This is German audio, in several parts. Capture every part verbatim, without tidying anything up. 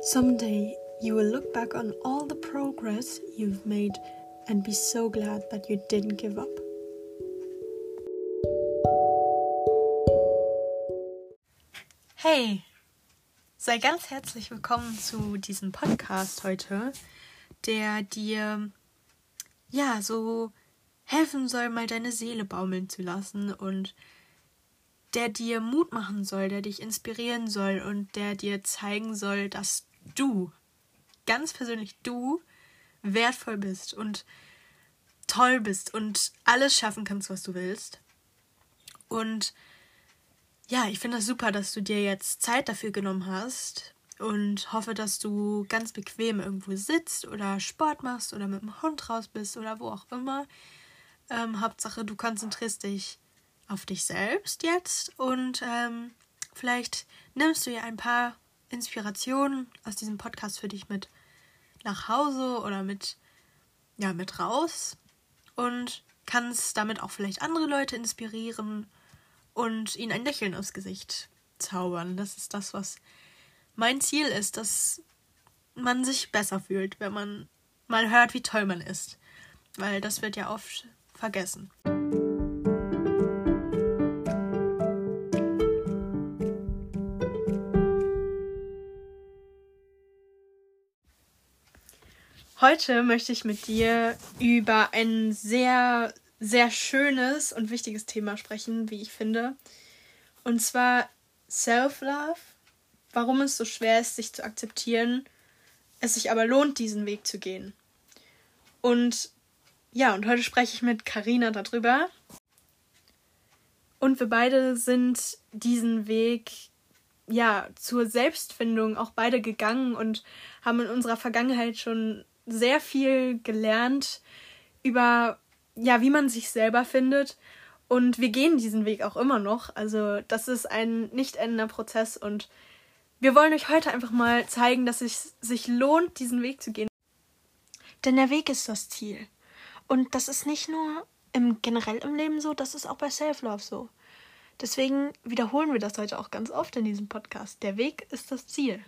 Someday you will look back on all the progress you've made and be so glad that you didn't give up. Hey, sei ganz herzlich willkommen zu diesem Podcast heute, der dir ja so helfen soll, mal deine Seele baumeln zu lassen und der dir Mut machen soll, der dich inspirieren soll und der dir zeigen soll, dass du, ganz persönlich du, wertvoll bist und toll bist und alles schaffen kannst, was du willst. Und ja, ich finde das super, dass du dir jetzt Zeit dafür genommen hast und hoffe, dass du ganz bequem irgendwo sitzt oder Sport machst oder mit dem Hund raus bist oder wo auch immer. Ähm, Hauptsache, du konzentrierst dich auf dich selbst jetzt und ähm, vielleicht nimmst du ja ein paar Inspirationen aus diesem Podcast für dich mit nach Hause oder mit, ja, mit raus und kannst damit auch vielleicht andere Leute inspirieren und ihnen ein Lächeln aufs Gesicht zaubern. Das ist das, was mein Ziel ist, dass man sich besser fühlt, wenn man mal hört, wie toll man ist. Weil das wird ja oft vergessen. Heute möchte ich mit dir über ein sehr, sehr schönes und wichtiges Thema sprechen, wie ich finde. Und zwar Self-Love. Warum es so schwer ist, sich zu akzeptieren, es sich aber lohnt, diesen Weg zu gehen. Und ja, und heute spreche ich mit Carina darüber. Und wir beide sind diesen Weg ja zur Selbstfindung auch beide gegangen und haben in unserer Vergangenheit schon sehr viel gelernt über, ja, wie man sich selber findet. Und wir gehen diesen Weg auch immer noch. Also das ist ein nicht endender Prozess. Und wir wollen euch heute einfach mal zeigen, dass es sich lohnt, diesen Weg zu gehen. Denn der Weg ist das Ziel. Und das ist nicht nur im generell im Leben so, das ist auch bei Self-Love so. Deswegen wiederholen wir das heute auch ganz oft in diesem Podcast. Der Weg ist das Ziel.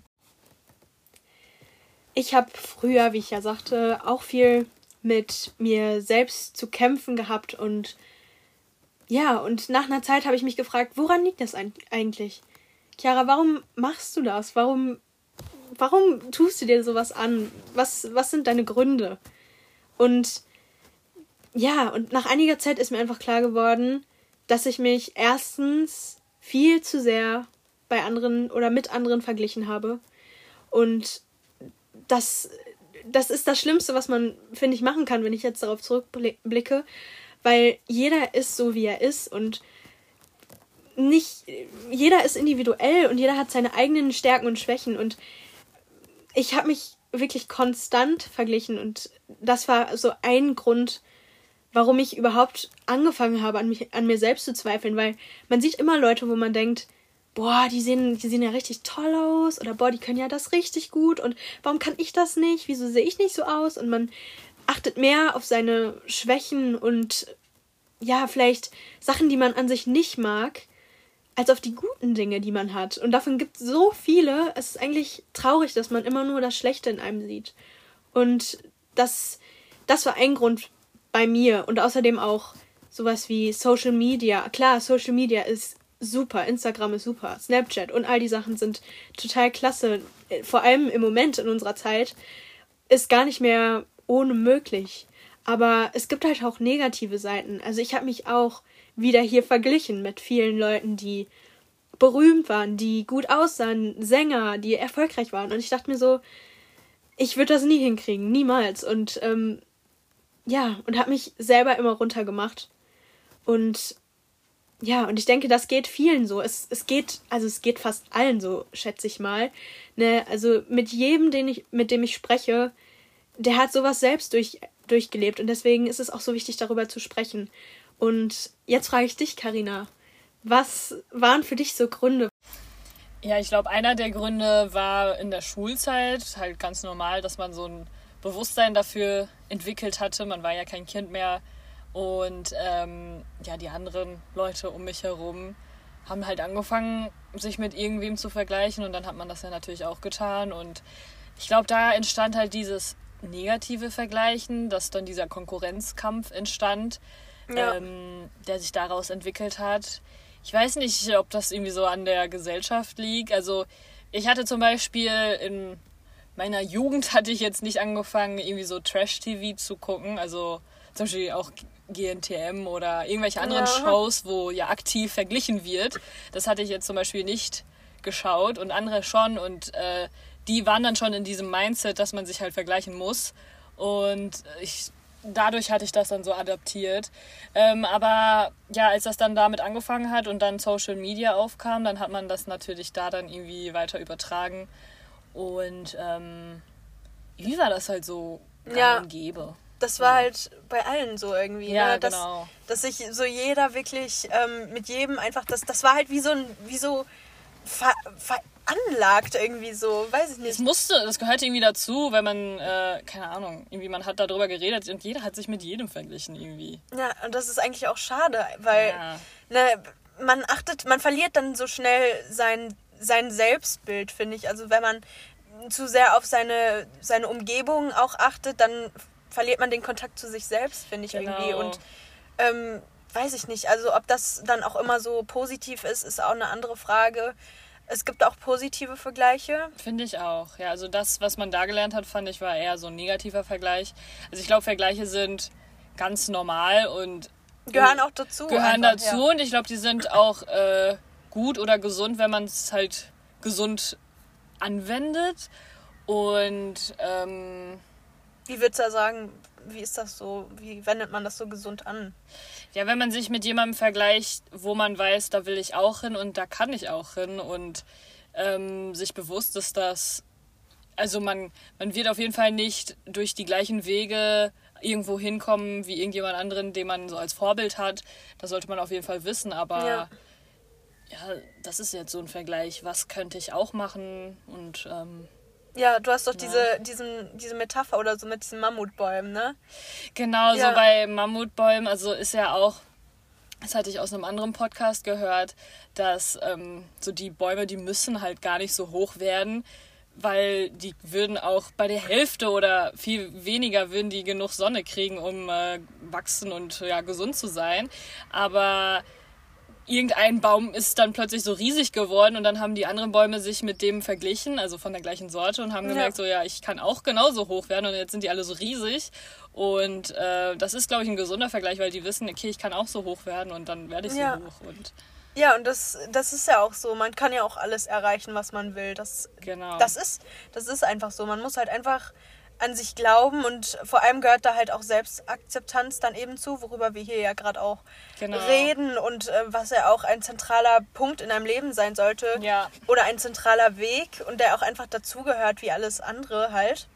Ich habe früher, wie ich ja sagte, auch viel mit mir selbst zu kämpfen gehabt. Und ja, und nach einer Zeit habe ich mich gefragt, woran liegt das eigentlich? Chiara, warum machst du das? Warum, warum tust du dir sowas an? Was, was sind deine Gründe? Und ja, und nach einiger Zeit ist mir einfach klar geworden, dass ich mich erstens viel zu sehr bei anderen oder mit anderen verglichen habe. Und das, das ist das Schlimmste, was man, finde ich, machen kann, wenn ich jetzt darauf zurückblicke. Weil jeder ist so, wie er ist. Und nicht jeder ist individuell und jeder hat seine eigenen Stärken und Schwächen. Und ich habe mich wirklich konstant verglichen. Und das war so ein Grund, warum ich überhaupt angefangen habe, an, mich, an mir selbst zu zweifeln, weil man sieht immer Leute, wo man denkt, boah, die sehen, die sehen ja richtig toll aus oder boah, die können ja das richtig gut und warum kann ich das nicht, wieso sehe ich nicht so aus? Und man achtet mehr auf seine Schwächen und ja, vielleicht Sachen, die man an sich nicht mag, als auf die guten Dinge, die man hat. Und davon gibt es so viele, es ist eigentlich traurig, dass man immer nur das Schlechte in einem sieht. Und das, das war ein Grund bei mir und außerdem auch sowas wie Social Media. Klar, Social Media ist super, Instagram ist super, Snapchat und all die Sachen sind total klasse. Vor allem im Moment in unserer Zeit ist gar nicht mehr ohne möglich. Aber es gibt halt auch negative Seiten. Also ich habe mich auch wieder hier verglichen mit vielen Leuten, die berühmt waren, die gut aussahen, Sänger, die erfolgreich waren. Und ich dachte mir so, ich würde das nie hinkriegen, niemals. Und ähm, ja, und habe mich selber immer runtergemacht. Und ja, und ich denke, das geht vielen so. Es, es geht, also es geht fast allen so, schätze ich mal. Ne, also mit jedem, den ich, mit dem ich spreche, der hat sowas selbst durch, durchgelebt. Und deswegen ist es auch so wichtig, darüber zu sprechen. Und jetzt frage ich dich, Carina, was waren für dich so Gründe? Ja, ich glaube, einer der Gründe war in der Schulzeit halt ganz normal, dass man so ein Bewusstsein dafür entwickelt hatte. Man war ja kein Kind mehr und ähm, ja, die anderen Leute um mich herum haben halt angefangen, sich mit irgendwem zu vergleichen und dann hat man das ja natürlich auch getan und ich glaube, da entstand halt dieses negative Vergleichen, dass dann dieser Konkurrenzkampf entstand, ja. ähm, der sich daraus entwickelt hat. Ich weiß nicht, ob das irgendwie so an der Gesellschaft liegt. Also ich hatte zum Beispiel in meiner Jugend hatte ich jetzt nicht angefangen, irgendwie so Trash-T V zu gucken, also zum Beispiel auch G N T M oder irgendwelche anderen ja. Shows, wo ja aktiv verglichen wird. Das hatte ich jetzt zum Beispiel nicht geschaut und andere schon und äh, die waren dann schon in diesem Mindset, dass man sich halt vergleichen muss und ich, dadurch hatte ich das dann so adaptiert. Ähm, aber ja, als das dann damit angefangen hat und dann Social Media aufkam, dann hat man das natürlich da dann irgendwie weiter übertragen und ähm, wie war das halt so gang und gäbe? Das war halt bei allen so irgendwie, ja, ne? dass, genau. dass sich so jeder wirklich ähm, mit jedem einfach, das, das war halt wie so ein, wie so ver, veranlagt irgendwie so, weiß ich nicht. Es musste, das gehört irgendwie dazu, wenn man, äh, keine Ahnung, irgendwie man hat darüber geredet und jeder hat sich mit jedem verglichen irgendwie. Ja, und das ist eigentlich auch schade, weil ja. ne, man achtet, man verliert dann so schnell sein, sein Selbstbild, finde ich. Also wenn man zu sehr auf seine, seine Umgebung auch achtet, dann verliert man den Kontakt zu sich selbst, finde ich genau. irgendwie. Und ähm, weiß ich nicht, also ob das dann auch immer so positiv ist, ist auch eine andere Frage. Es gibt auch positive Vergleiche. Finde ich auch. Ja, also das, was man da gelernt hat, fand ich, war eher so ein negativer Vergleich. Also ich glaube, Vergleiche sind ganz normal und gehören auch dazu. Gehören einfach, dazu ja. und ich glaube, die sind auch äh, gut oder gesund, wenn man es halt gesund anwendet. Und ähm, wie würdest du sagen, wie ist das so? Wie wendet man das so gesund an? Ja, wenn man sich mit jemandem vergleicht, wo man weiß, da will ich auch hin und da kann ich auch hin und ähm, sich bewusst ist, dass, also man, man wird auf jeden Fall nicht durch die gleichen Wege irgendwo hinkommen wie irgendjemand anderen, den man so als Vorbild hat. Das sollte man auf jeden Fall wissen, aber ja, ja das ist jetzt so ein Vergleich. Was könnte ich auch machen und ähm, ja, du hast doch ja. diese, diesen, diese Metapher oder so mit diesen Mammutbäumen, ne? Genau, ja. so bei Mammutbäumen, also ist ja auch, das hatte ich aus einem anderen Podcast gehört, dass ähm, so die Bäume, die müssen halt gar nicht so hoch werden, weil die würden auch bei der Hälfte oder viel weniger würden die genug Sonne kriegen, um äh, wachsen und ja, gesund zu sein. Aber irgendein Baum ist dann plötzlich so riesig geworden und dann haben die anderen Bäume sich mit dem verglichen, also von der gleichen Sorte und haben gemerkt, ja. so ja, ich kann auch genauso hoch werden und jetzt sind die alle so riesig und äh, das ist, glaube ich, ein gesunder Vergleich, weil die wissen, okay, ich kann auch so hoch werden und dann werde ich so ja. hoch. Und ja, und das, das ist ja auch so, man kann ja auch alles erreichen, was man will. Das, genau. das, ist, das ist einfach so, man muss halt einfach an sich glauben und vor allem gehört da halt auch Selbstakzeptanz dann eben zu, worüber wir hier ja gerade auch genau. reden und äh, was ja auch ein zentraler Punkt in einem Leben sein sollte ja. oder ein zentraler Weg und der auch einfach dazugehört wie alles andere halt.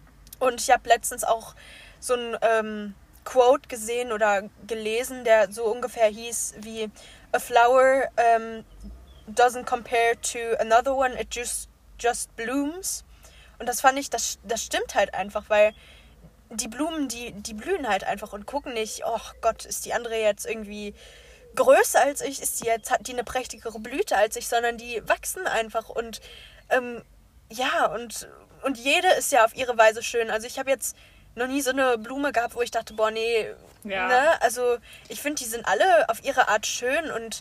Und ich habe letztens auch so ein ähm, Quote gesehen oder gelesen, der so ungefähr hieß wie a flower um, doesn't compare to another one, it just, just blooms. Und das fand ich, das, das stimmt halt einfach, weil die Blumen, die, die blühen halt einfach und gucken nicht, oh Gott, ist die andere jetzt irgendwie größer als ich, ist die jetzt, hat die eine prächtigere Blüte als ich, sondern die wachsen einfach und ähm, ja, und, und jede ist ja auf ihre Weise schön. Also ich habe jetzt noch nie so eine Blume gehabt, wo ich dachte, boah, nee, ja. ne, also ich finde, die sind alle auf ihre Art schön und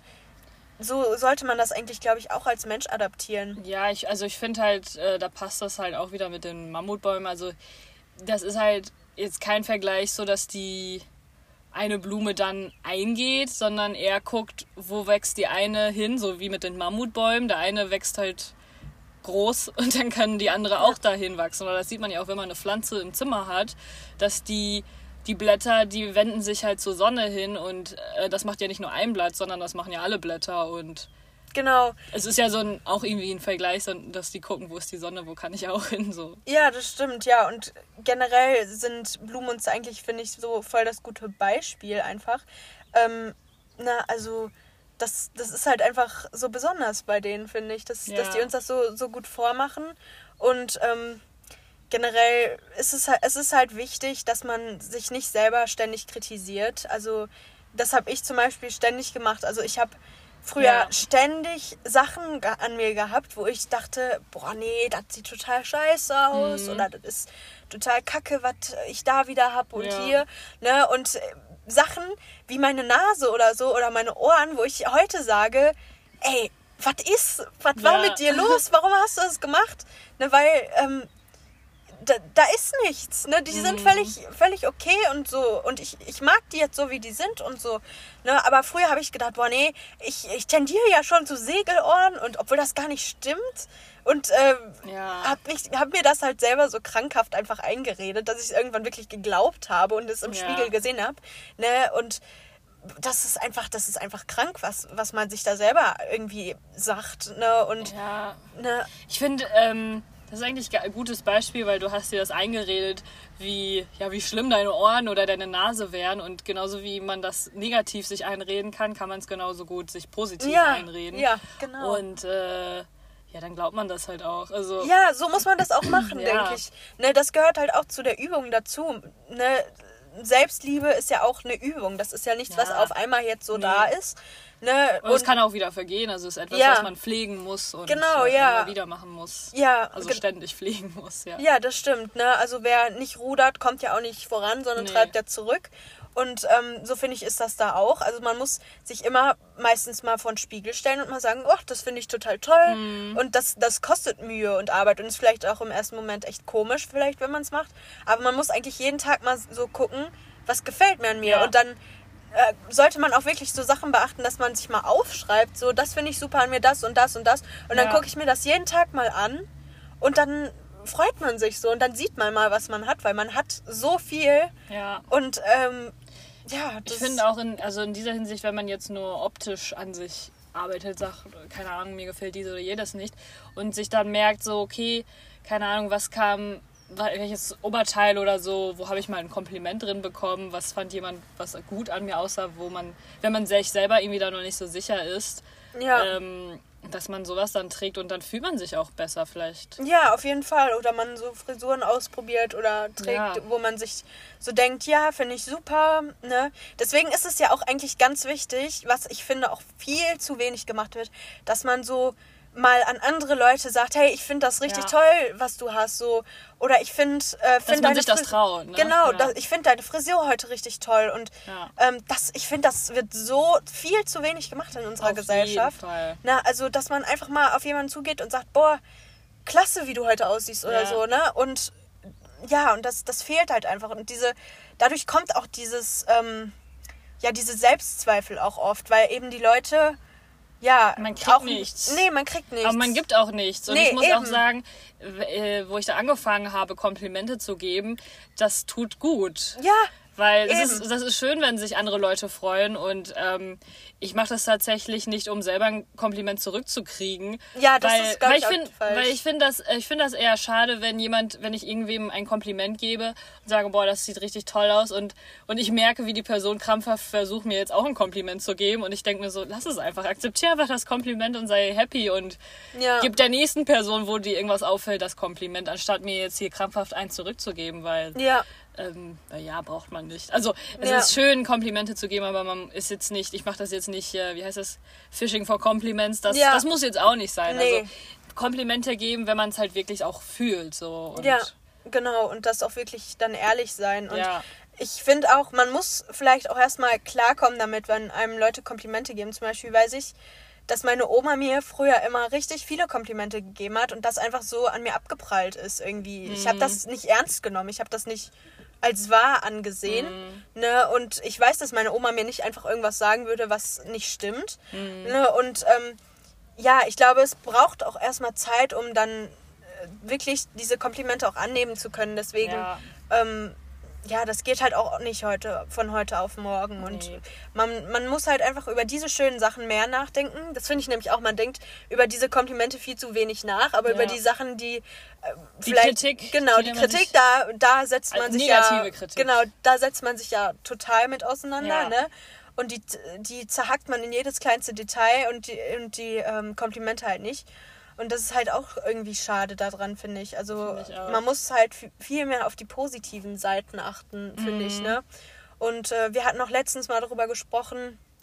so sollte man das eigentlich, glaube ich, auch als Mensch adaptieren. Ja, ich, also ich finde halt, äh, da passt das halt auch wieder mit den Mammutbäumen. Also das ist halt jetzt kein Vergleich so, dass die eine Blume dann eingeht, sondern er guckt, wo wächst die eine hin, so wie mit den Mammutbäumen. Der eine wächst halt groß und dann kann die andere auch dahin wachsen. Oder das sieht man ja auch, wenn man eine Pflanze im Zimmer hat, dass die Die Blätter, die wenden sich halt zur Sonne hin und äh, das macht ja nicht nur ein Blatt, sondern das machen ja alle Blätter und genau. Es ist ja so ein, auch irgendwie ein Vergleich, dass die gucken, wo ist die Sonne, wo kann ich auch hin, so. Ja, das stimmt, ja, und generell sind Blumen uns eigentlich, finde ich, so voll das gute Beispiel einfach. Ähm, na, also das, das ist halt einfach so besonders bei denen, finde ich, dass, ja. dass die uns das so, so gut vormachen und ähm, generell ist es halt, es ist halt wichtig, dass man sich nicht selber ständig kritisiert. Also das habe ich zum Beispiel ständig gemacht. Also ich habe früher ja. ständig Sachen an mir gehabt, wo ich dachte, boah, nee, das sieht total scheiße aus mhm. oder das ist total kacke, was ich da wieder hab und ja. hier. Ne? Und Sachen wie meine Nase oder so oder meine Ohren, wo ich heute sage, ey, was ist, was ja. war mit dir los? Warum hast du das gemacht? Ne, weil ähm, da, da ist nichts. Ne? Die mhm. sind völlig, völlig okay und so. Und ich, ich mag die jetzt so, wie die sind und so. Ne? Aber früher habe ich gedacht, boah, nee, ich, ich tendiere ja schon zu Segelohren. Und obwohl das gar nicht stimmt. Und ähm, ja. habe hab mir das halt selber so krankhaft einfach eingeredet, dass ich es irgendwann wirklich geglaubt habe und es im ja. Spiegel gesehen habe. Ne? Und das ist einfach, das ist einfach krank, was, was man sich da selber irgendwie sagt. Ne? Und, ja. ne? Ich finde, ähm, das ist eigentlich ein gutes Beispiel, weil du hast dir das eingeredet, wie, ja, wie schlimm deine Ohren oder deine Nase wären. Und genauso wie man das negativ sich einreden kann, kann man es genauso gut sich positiv ja. einreden. Ja, genau. Und äh, ja, dann glaubt man das halt auch. Also, ja, so muss man das auch machen, ja. denke ich. Ne, das gehört halt auch zu der Übung dazu. Ne? Selbstliebe ist ja auch eine Übung. Das ist ja nichts, ja. was auf einmal jetzt so nee. da ist. Ne? Und es kann auch wieder vergehen. Also es ist etwas, ja. was man pflegen muss und genau, äh, ja. immer wieder machen muss. Ja. Also ständig pflegen muss. Ja. ja, das stimmt. Ne? Also wer nicht rudert, kommt ja auch nicht voran, sondern nee. treibt ja zurück. Und ähm, so finde ich, ist das da auch. Also man muss sich immer meistens mal vor den Spiegel stellen und mal sagen, oh, das finde ich total toll. Mm. Und das, das kostet Mühe und Arbeit und ist vielleicht auch im ersten Moment echt komisch, vielleicht, wenn man es macht. Aber man muss eigentlich jeden Tag mal so gucken, was gefällt mir an mir. Ja. Und dann äh, sollte man auch wirklich so Sachen beachten, dass man sich mal aufschreibt, so, das finde ich super an mir, das und das und das. Und dann ja. gucke ich mir das jeden Tag mal an und dann freut man sich so und dann sieht man mal, was man hat, weil man hat so viel. Ja. Und ähm, ja, das ich finde auch in, also in dieser Hinsicht, wenn man jetzt nur optisch an sich arbeitet, sagt, keine Ahnung, mir gefällt dies oder jedes nicht und sich dann merkt so, okay, keine Ahnung, was kam, welches Oberteil oder so, wo habe ich mal ein Kompliment drin bekommen, was fand jemand, was gut an mir aussah, wo man, wenn man sich selber irgendwie da noch nicht so sicher ist, ja. ähm, dass man sowas dann trägt und dann fühlt man sich auch besser vielleicht. Ja, auf jeden Fall. Oder man so Frisuren ausprobiert oder trägt, ja. wo man sich so denkt, ja, finde ich super. Ne? Deswegen ist es ja auch eigentlich ganz wichtig, was ich finde auch viel zu wenig gemacht wird, dass man so mal an andere Leute sagt, hey, ich finde das richtig ja. toll, was du hast, so, oder ich finde, äh, find dass man sich Fris- das traut, ne? Genau, ja. das, ich finde deine Frisur heute richtig toll und ja. ähm, das, ich finde, das wird so viel zu wenig gemacht in unserer auf Gesellschaft. Jeden Fall. Na, also, dass man einfach mal auf jemanden zugeht und sagt, boah, klasse, wie du heute aussiehst oder ja. so, ne? Und ja, und das, das fehlt halt einfach und diese, dadurch kommt auch dieses, ähm, ja, diese Selbstzweifel auch oft, weil eben die Leute ja, man kriegt auch nichts. Nee, man kriegt nichts. Aber man gibt auch nichts. Und nee, ich muss eben. auch sagen, wo ich da angefangen habe, Komplimente zu geben, das tut gut. Ja, Weil es ist, das ist schön, wenn sich andere Leute freuen und ähm, ich mache das tatsächlich nicht, um selber ein Kompliment zurückzukriegen. Ja, das weil, ist, glaube weil ich, ich find, falsch. Weil ich finde das, ich find das eher schade, wenn jemand, wenn ich irgendwem ein Kompliment gebe und sage, boah, das sieht richtig toll aus und, und ich merke, wie die Person krampfhaft versucht, mir jetzt auch ein Kompliment zu geben und ich denke mir so, lass es einfach, akzeptiere einfach das Kompliment und sei happy und ja. gib der nächsten Person, wo dir irgendwas auffällt, das Kompliment, anstatt mir jetzt hier krampfhaft eins zurückzugeben, weil... Ja. Ähm, ja, braucht man nicht. Also es ja. ist schön, Komplimente zu geben, aber man ist jetzt nicht, ich mache das jetzt nicht, äh, wie heißt das, Fishing for Compliments, das, ja. das muss jetzt auch nicht sein. Nee. Also Komplimente geben, wenn man es halt wirklich auch fühlt. So. Und ja, genau. Und das auch wirklich dann ehrlich sein. Und ja. ich finde auch, man muss vielleicht auch erstmal klarkommen damit, wenn einem Leute Komplimente geben. Zum Beispiel weiß ich, dass meine Oma mir früher immer richtig viele Komplimente gegeben hat und das einfach so an mir abgeprallt ist irgendwie. Mhm. Ich habe das nicht ernst genommen. Ich habe das nicht als wahr angesehen. Mhm. Ne? Und ich weiß, dass meine Oma mir nicht einfach irgendwas sagen würde, was nicht stimmt. Mhm. Ne? Und ähm, ja, ich glaube, es braucht auch erstmal Zeit, um dann äh, wirklich diese Komplimente auch annehmen zu können. Deswegen, ja, ähm, ja das geht halt auch nicht heute von heute auf morgen. Nee. Und man, man muss halt einfach über diese schönen Sachen mehr nachdenken. Das finde ich nämlich auch, man denkt über diese Komplimente viel zu wenig nach, aber ja. über die Sachen, die äh, die vielleicht... Kritik. Genau, die, die Kritik, da, da setzt man sich negative ja... Kritik. Genau, da setzt man sich ja total mit auseinander, ja. ne? Und die, die zerhackt man in jedes kleinste Detail und die, und die ähm, Komplimente halt nicht. Und das ist halt auch irgendwie schade daran, finde ich. Also find ich auch. Man muss halt viel mehr auf die positiven Seiten achten, finde mhm. ich, ne? Und äh, wir hatten auch letztens mal darüber gesprochen,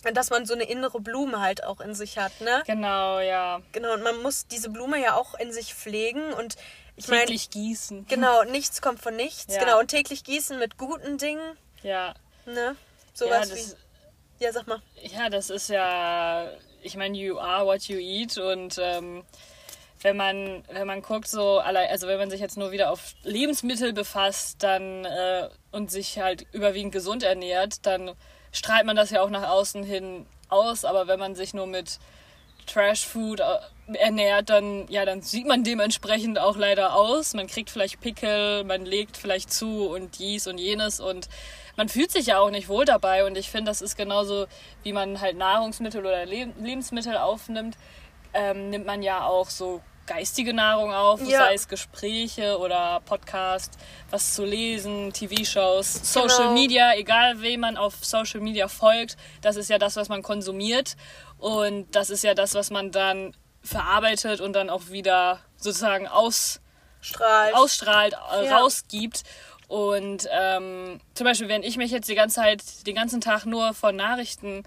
dass man so eine innere Blume halt auch in sich hat, ne? Genau, ja. Genau, und man muss diese Blume ja auch in sich pflegen und ich meine... Täglich gießen. Genau, nichts kommt von nichts. Ja. Genau, und täglich gießen mit guten Dingen. Ja. Ne? Sowas ja, das, wie... Ja, sag mal. Ja, das ist ja... Ich meine, you are what you eat und... Ähm, Wenn man, wenn man guckt, so, also wenn man sich jetzt nur wieder auf Lebensmittel befasst dann äh, und sich halt überwiegend gesund ernährt, dann strahlt man das ja auch nach außen hin aus. Aber wenn man sich nur mit Trash-Food ernährt, dann, ja, dann sieht man dementsprechend auch leider aus. Man kriegt vielleicht Pickel, man legt vielleicht zu und dies und jenes und man fühlt sich ja auch nicht wohl dabei. Und ich finde, das ist genauso, wie man halt Nahrungsmittel oder Le- Lebensmittel aufnimmt, ähm, nimmt man ja auch so geistige Nahrung auf, ja. sei es Gespräche oder Podcast, was zu lesen, T V-Shows, Social genau. Media, egal wem man auf Social Media folgt, das ist ja das, was man konsumiert und das ist ja das, was man dann verarbeitet und dann auch wieder sozusagen ausstrahlt, ausstrahlt äh, ja. rausgibt. Und ähm, zum Beispiel, wenn ich mich jetzt die ganze Zeit, den ganzen Tag nur von Nachrichten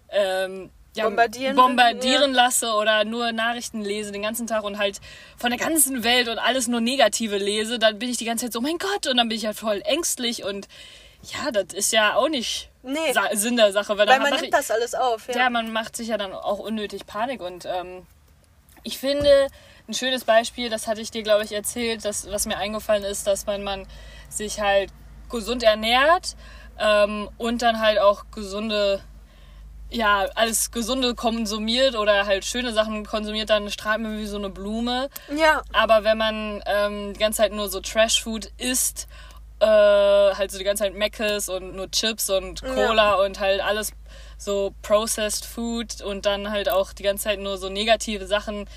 ähm, Ja, bombardieren, bombardieren ja. lasse oder nur Nachrichten lese den ganzen Tag und halt von der ganzen Welt und alles nur Negative lese, dann bin ich die ganze Zeit so, oh mein Gott, und dann bin ich halt voll ängstlich und ja, das ist ja auch nicht nee. Sa- Sinn der Sache. Weil, weil man nimmt ich, das alles auf. Ja. ja, man macht sich ja dann auch unnötig Panik und ähm, ich finde, ein schönes Beispiel, das hatte ich dir, glaube ich, erzählt, dass, was mir eingefallen ist, dass man, man sich halt gesund ernährt ähm, und dann halt auch gesunde ja, alles Gesunde konsumiert oder halt schöne Sachen konsumiert, dann strahlt man wie so eine Blume. Ja. Aber wenn man ähm, die ganze Zeit nur so Trash-Food isst, äh, halt so die ganze Zeit Mc's und nur Chips und Cola ja. und halt alles so Processed Food und dann halt auch die ganze Zeit nur so negative Sachen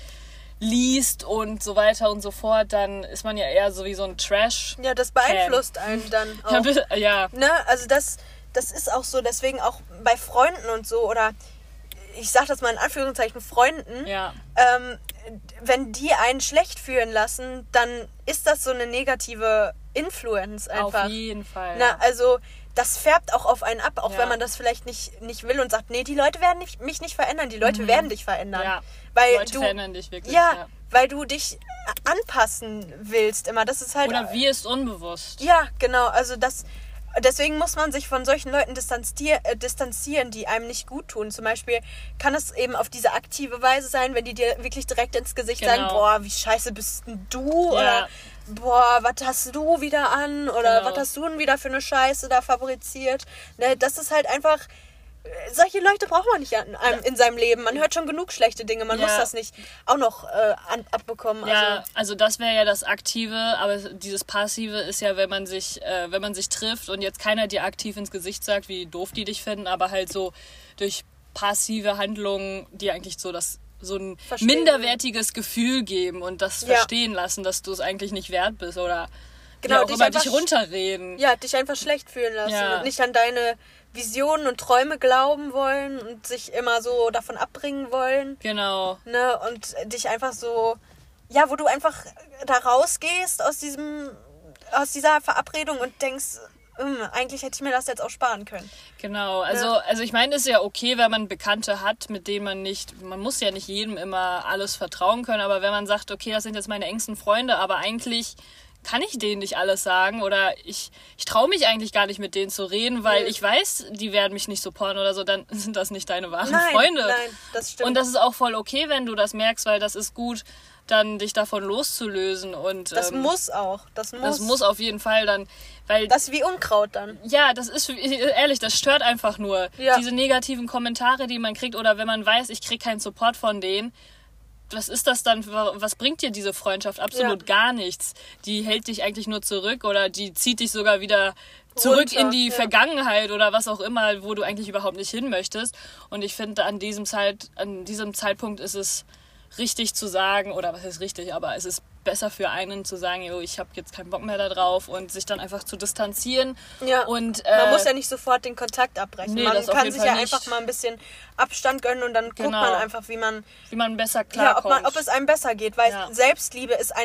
liest und so weiter und so fort, dann ist man ja eher so wie so ein Trash. Ja, das beeinflusst einen dann auch. Ja, ja. Ne, also das... Das ist auch so, deswegen auch bei Freunden und so, oder ich sag das mal in Anführungszeichen, Freunden, ja. ähm, wenn die einen schlecht fühlen lassen, dann ist das so eine negative Influence einfach. Auf jeden Fall. Na, ja. also das färbt auch auf einen ab, auch ja. wenn man das vielleicht nicht, nicht will und sagt, nee, die Leute werden nicht, mich nicht verändern, die Leute mhm. werden dich verändern. Ja. Weil Leute du, verändern dich wirklich. Ja, ja, weil du dich anpassen willst immer. Das ist halt. Oder wie ist unbewusst. Ja, genau, also das... Deswegen muss man sich von solchen Leuten distanzier- äh, distanzieren, die einem nicht gut tun. Zum Beispiel kann es eben auf diese aktive Weise sein, wenn die dir wirklich direkt ins Gesicht genau. sagen, boah, wie scheiße bist denn du? Ja. Oder boah, was hast du wieder an? Oder genau. was hast du denn wieder für eine Scheiße da fabriziert? Ne, das ist halt einfach... Solche Leute braucht man nicht an, an, in seinem Leben. Man hört schon genug schlechte Dinge. Man ja. muss das nicht auch noch äh, an, abbekommen. Ja, also, also das wäre ja das Aktive, aber dieses Passive ist ja, wenn man sich, äh, wenn man sich trifft und jetzt keiner dir aktiv ins Gesicht sagt, wie doof die dich finden, aber halt so durch passive Handlungen, die eigentlich so das so ein verstehen. minderwertiges Gefühl geben und das ja. verstehen lassen, dass du es eigentlich nicht wert bist oder genau, auch dich über dich runterreden. Ja, dich einfach schlecht fühlen lassen ja. und nicht an deine Visionen und Träume glauben wollen und sich immer so davon abbringen wollen. Genau. Ne? Und dich einfach so, ja, wo du einfach da rausgehst aus diesem, aus dieser Verabredung und denkst, eigentlich hätte ich mir das jetzt auch sparen können. Genau, also, ja. also ich meine, es ist ja okay, wenn man Bekannte hat, mit denen man nicht, man muss ja nicht jedem immer alles vertrauen können, aber wenn man sagt, okay, das sind jetzt meine engsten Freunde, aber eigentlich kann ich denen nicht alles sagen oder ich, ich traue mich eigentlich gar nicht mit denen zu reden, weil nee. ich weiß, die werden mich nicht supporten oder so, dann sind das nicht deine wahren nein, Freunde. Nein, das stimmt. Und das ist auch voll okay, wenn du das merkst, weil das ist gut, dann dich davon loszulösen. Und das ähm, muss auch. Das muss. Das muss auf jeden Fall dann, weil... Das ist wie Unkraut dann. Ja, das ist, ehrlich, das stört einfach nur. Ja. Diese negativen Kommentare, die man kriegt oder wenn man weiß, ich kriege keinen Support von denen, was ist das dann, was bringt dir diese Freundschaft? Absolut ja. gar nichts. Die hält dich eigentlich nur zurück oder die zieht dich sogar wieder zurück Runter, in die ja. Vergangenheit oder was auch immer, wo du eigentlich überhaupt nicht hin möchtest. Und ich finde, an diesem Zeit, an diesem Zeitpunkt ist es richtig zu sagen, oder was ist richtig, aber es ist besser für einen zu sagen, jo, ich habe jetzt keinen Bock mehr da drauf und sich dann einfach zu distanzieren. Ja. Und, äh, man muss ja nicht sofort den Kontakt abbrechen. Nee, man das auf kann jeden sich Fall ja nicht. einfach mal ein bisschen Abstand gönnen und dann genau. guckt man einfach, wie man wie man besser klarkommt. Ja, ob, man, ob es einem besser geht, weil ja. Selbstliebe ist ein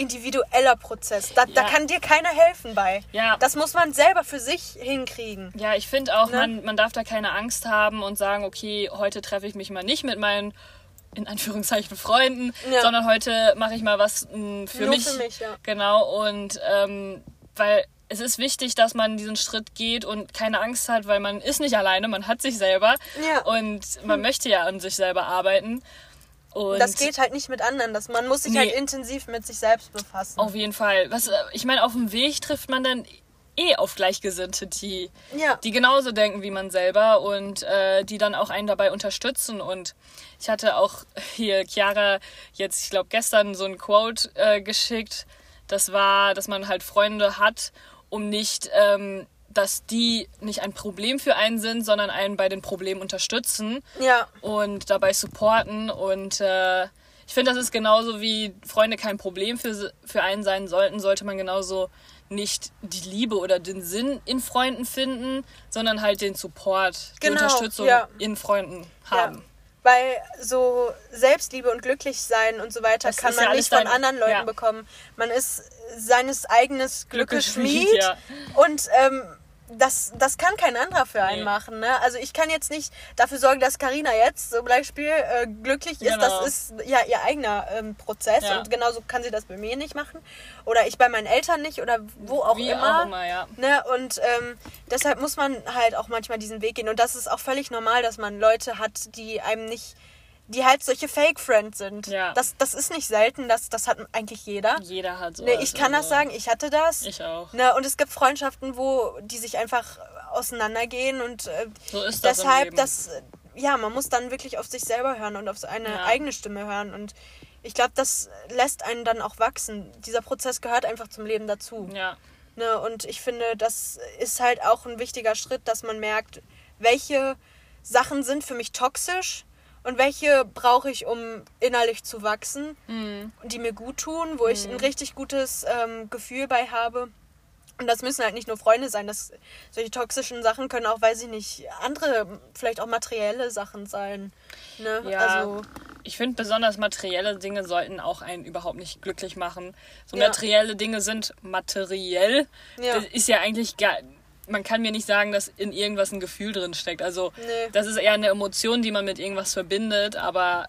individueller Prozess. Da, ja. da kann dir keiner helfen bei. Ja. Das muss man selber für sich hinkriegen. Ja, ich finde auch, ne? man, man darf da keine Angst haben und sagen, okay, heute treffe ich mich mal nicht mit meinen, in Anführungszeichen, Freunden, ja. sondern heute mache ich mal was mh, für Nur mich. für mich, ja. Genau, und ähm, weil es ist wichtig, dass man diesen Schritt geht und keine Angst hat, weil man ist nicht alleine, man hat sich selber ja. und man hm. möchte ja an sich selber arbeiten. Und das geht halt nicht mit anderen. Das, man muss sich nee. halt intensiv mit sich selbst befassen. Auf jeden Fall. Was, ich meine, auf dem Weg trifft man dann eh auf Gleichgesinnte, die, ja. die genauso denken wie man selber und äh, die dann auch einen dabei unterstützen. Und ich hatte auch hier Chiara jetzt, ich glaube gestern, so ein Quote äh, geschickt. Das war, dass man halt Freunde hat, um nicht... Ähm, dass die nicht ein Problem für einen sind, sondern einen bei den Problemen unterstützen ja. und dabei supporten. Und äh, ich finde, das ist genauso wie Freunde kein Problem für, für einen sein sollten, sollte man genauso nicht die Liebe oder den Sinn in Freunden finden, sondern halt den Support, genau, die Unterstützung ja. in Freunden haben. Ja. Weil so Selbstliebe und glücklich sein und so weiter das kann man ja nicht von dein, anderen Leuten ja. bekommen. Man ist seines eigenes Glückes Schmied ja. und ähm, das, das kann kein anderer für einen nee. machen. Ne? Also ich kann jetzt nicht dafür sorgen, dass Carina jetzt zum Beispiel äh, glücklich ist. Genau. Das ist ja ihr eigener ähm, Prozess ja. und genauso kann sie das bei mir nicht machen. Oder ich bei meinen Eltern nicht oder wo auch Wie immer. Auch immer ja. Ne? Und ähm, deshalb muss man halt auch manchmal diesen Weg gehen. Und das ist auch völlig normal, dass man Leute hat, die einem nicht... die halt solche Fake-Friends sind. Ja. Das, das ist nicht selten, das, das hat eigentlich jeder. Jeder hat so. Ne, ich kann also. das sagen, ich hatte das. Ich auch. Ne, und es gibt Freundschaften, wo die sich einfach auseinandergehen und äh, so ist das deshalb, im Leben. das, ja, man muss dann wirklich auf sich selber hören und auf seine ja. eigene Stimme hören. Und ich glaube, das lässt einen dann auch wachsen. Dieser Prozess gehört einfach zum Leben dazu. Ja. Ne, und ich finde, das ist halt auch ein wichtiger Schritt, dass man merkt, welche Sachen sind für mich toxisch und welche brauche ich, um innerlich zu wachsen, mhm. die mir gut tun, wo mhm. ich ein richtig gutes ähm, Gefühl bei habe. Und das müssen halt nicht nur Freunde sein. Das, solche toxischen Sachen können auch, weiß ich nicht, andere, vielleicht auch materielle Sachen sein. Ne? Ja, also, ich finde, besonders materielle Dinge sollten auch einen überhaupt nicht glücklich machen. So ja. materielle Dinge sind materiell. Ja. Das ist ja eigentlich gar... Man kann mir nicht sagen, dass in irgendwas ein Gefühl drin steckt. Also nee. das ist eher eine Emotion, die man mit irgendwas verbindet, aber